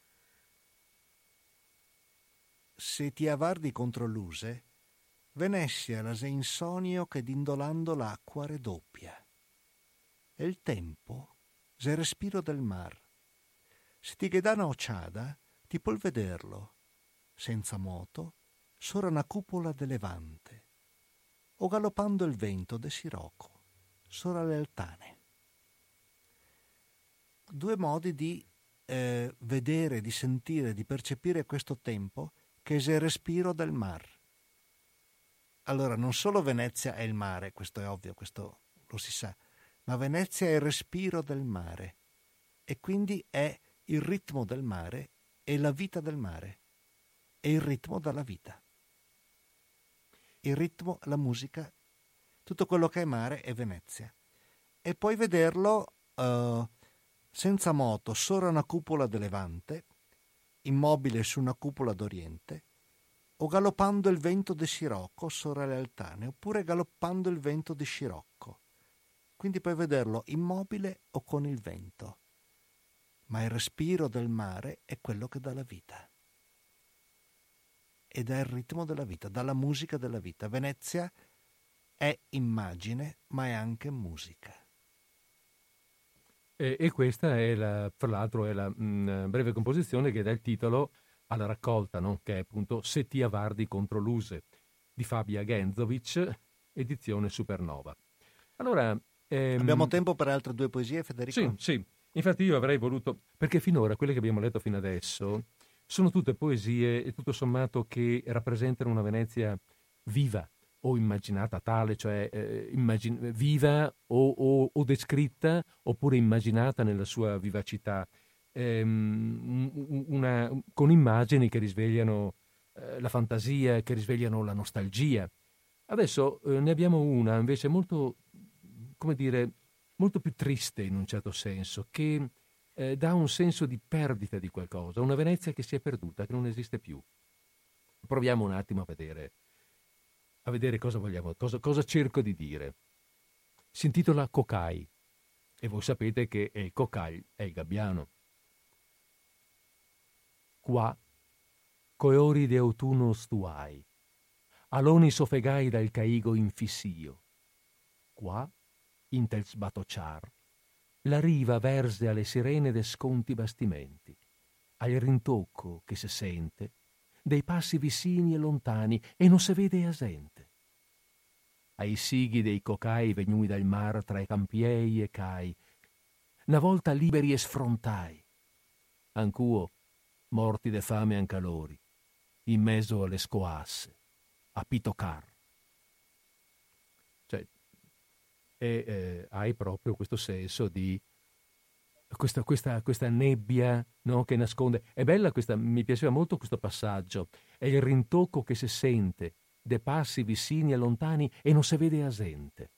Se ti avvardi contro l'use, Venezia la se insonio che d'indolando l'acqua redoppia. E il tempo, se respiro del mar. Se ti ghedana ociada, ti puol vederlo, senza moto, sora una cupola de levante, o galoppando il vento de Siroco, sora le altane. Due modi di vedere, di sentire, di percepire questo tempo che è il respiro del mar. Allora, non solo Venezia è il mare, questo è ovvio, questo lo si sa, ma Venezia è il respiro del mare e quindi è il ritmo del mare e la vita del mare e il ritmo della vita. Il ritmo, la musica, tutto quello che è mare è Venezia. E puoi vederlo senza moto, sopra una cupola de Levante, immobile su una cupola d'Oriente, o galoppando il vento di Scirocco sopra le altane, oppure galoppando il vento di Scirocco. Quindi puoi vederlo immobile o con il vento. Ma il respiro del mare è quello che dà la vita. Ed è il ritmo della vita, dà la musica della vita. Venezia è immagine, ma è anche musica. E questa è fra l'altro è la breve composizione che dà il titolo alla raccolta, no? Che è appunto Se ti avvardi contro l'use di Fabia Genzovic, edizione Supernova. Allora abbiamo tempo per altre due poesie, Federico? Sì. Infatti io avrei voluto, perché finora quelle che abbiamo letto fino adesso sono tutte poesie e tutto sommato che rappresentano una Venezia viva o immaginata tale, cioè viva o descritta oppure immaginata nella sua vivacità, con immagini che risvegliano la fantasia, che risvegliano la nostalgia. Adesso ne abbiamo una invece molto, come dire, molto più triste in un certo senso, che dà un senso di perdita di qualcosa, una Venezia che si è perduta, che non esiste più. Proviamo un attimo a vedere cosa vogliamo, cosa cerco di dire. Si intitola Cocai e voi sapete che il Cocai è il gabbiano. Qua, coi ori de autunno stuai, aloni sofegai dal caigo infissio. Qua, in tel sbatociar, la riva verse alle sirene de sconti bastimenti, al rintocco che se sente dei passi vicini e lontani e non se vede asente. Ai sighi dei cocai vegnui dal mar tra i campiei e cai, una volta liberi e sfrontai, ancuo, morti de fame e calori, in mezzo alle scoasse, a pitocar. Cioè, hai proprio questo senso di questa nebbia, no, che nasconde. È bella questa, mi piaceva molto questo passaggio. È il rintocco che si sente, de passi vicini e lontani e non si vede asente.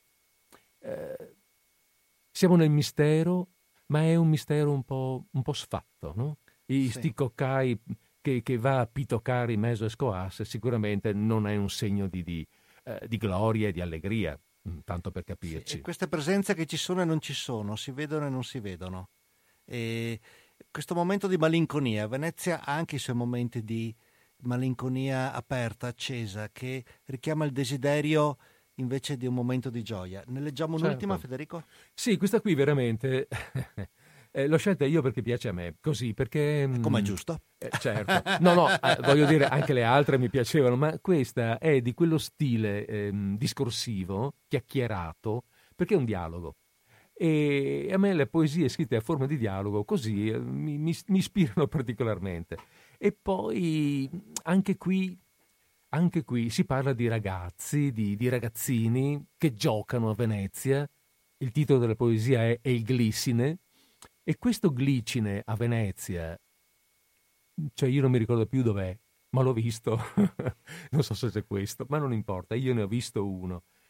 Siamo nel mistero, ma è un mistero un po' sfatto, no? Sti coccai che va a pitocare in mezzo a scoasse sicuramente non è un segno di gloria e di allegria, tanto per capirci. Sì, e queste presenze che ci sono e non ci sono, si vedono e non si vedono. E questo momento di malinconia, Venezia ha anche i suoi momenti di malinconia aperta, accesa, che richiama il desiderio invece di un momento di gioia. Ne leggiamo un'ultima, certo. Federico? Sì, questa qui veramente l'ho scelta io perché piace a me, così, perché... Come è giusto. Certo. No, voglio dire, anche le altre mi piacevano, ma questa è di quello stile discorsivo, chiacchierato, perché è un dialogo. E a me le poesie scritte a forma di dialogo così mi ispirano particolarmente. E poi anche qui si parla di ragazzi, di ragazzini che giocano a Venezia. Il titolo della poesia è Il Glicine. E questo glicine a Venezia, cioè io non mi ricordo più dov'è, ma l'ho visto, non so se c'è questo, ma non importa, io ne ho visto uno.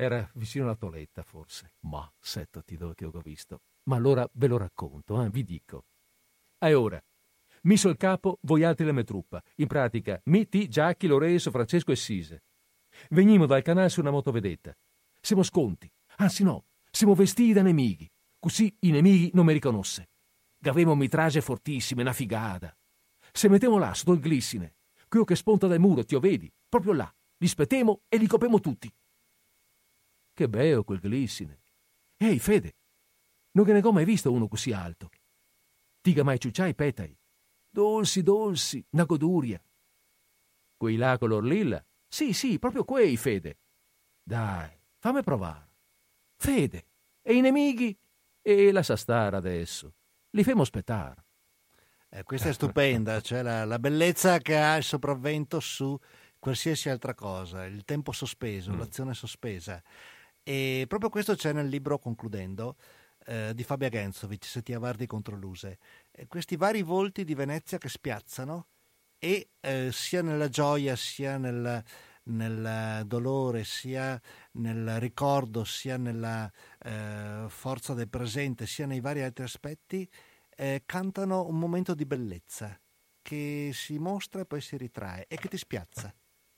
Era vicino alla toletta, forse. Ma settati dove che ho visto. Ma allora ve lo racconto, vi dico. E ora, miso il capo, voi altri la mia truppa. In pratica, mi, ti, Giacchi, Lorenzo, Francesco e Sise. Venimo dal canale su una motovedetta. Siamo sconti. Anzi no, siamo vestiti da nemici. Così i nemici non mi riconosce. Avevamo mitrage fortissime, una figata. Se mettiamo là, sotto il glissine, quello che sponta dal muro, ti vedi, proprio là, li spetemo e li copriamo tutti. Che bello quel glissine. Ehi, Fede, non che ne ho mai visto uno così alto. Tiga mai ciucciai petai. Dolci, una goduria. Quei là color lilla? Sì, proprio quei, Fede. Dai, fammi provare. Fede, e i nemici? E lascia stare adesso. Li femo aspettare. Questa è stupenda, cioè la bellezza che ha il sopravvento su qualsiasi altra cosa, il tempo sospeso, l'azione sospesa. E proprio questo c'è nel libro, concludendo, di Fabia Genzovic, Se ti avvardi contro l'use. Questi vari volti di Venezia che spiazzano e sia nella gioia, sia nel dolore, sia nel ricordo, sia nella forza del presente, sia nei vari altri aspetti, cantano un momento di bellezza che si mostra e poi si ritrae e che ti spiazza.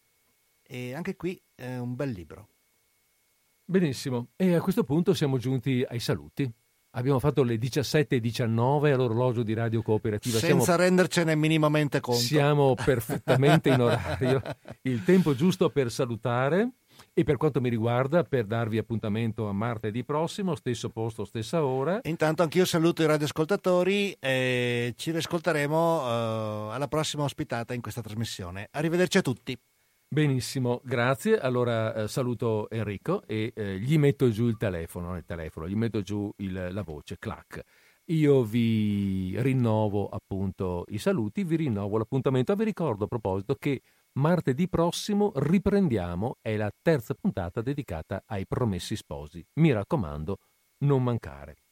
E anche qui è un bel libro. Benissimo, e a questo punto siamo giunti ai saluti. Abbiamo fatto le 17:19 all'orologio di Radio Cooperativa. Senza rendercene minimamente conto. Siamo perfettamente in orario. Il tempo giusto per salutare e, per quanto mi riguarda, per darvi appuntamento a martedì prossimo, stesso posto, stessa ora. Intanto anch'io saluto i radioascoltatori e ci riscolteremo alla prossima ospitata in questa trasmissione. Arrivederci a tutti. Benissimo, grazie. Allora saluto Enrico e gli metto giù il telefono, gli metto giù la voce, clac. Io vi rinnovo appunto i saluti, vi rinnovo l'appuntamento. Vi ricordo a proposito che martedì prossimo riprendiamo, è la terza puntata dedicata ai Promessi Sposi. Mi raccomando, non mancare.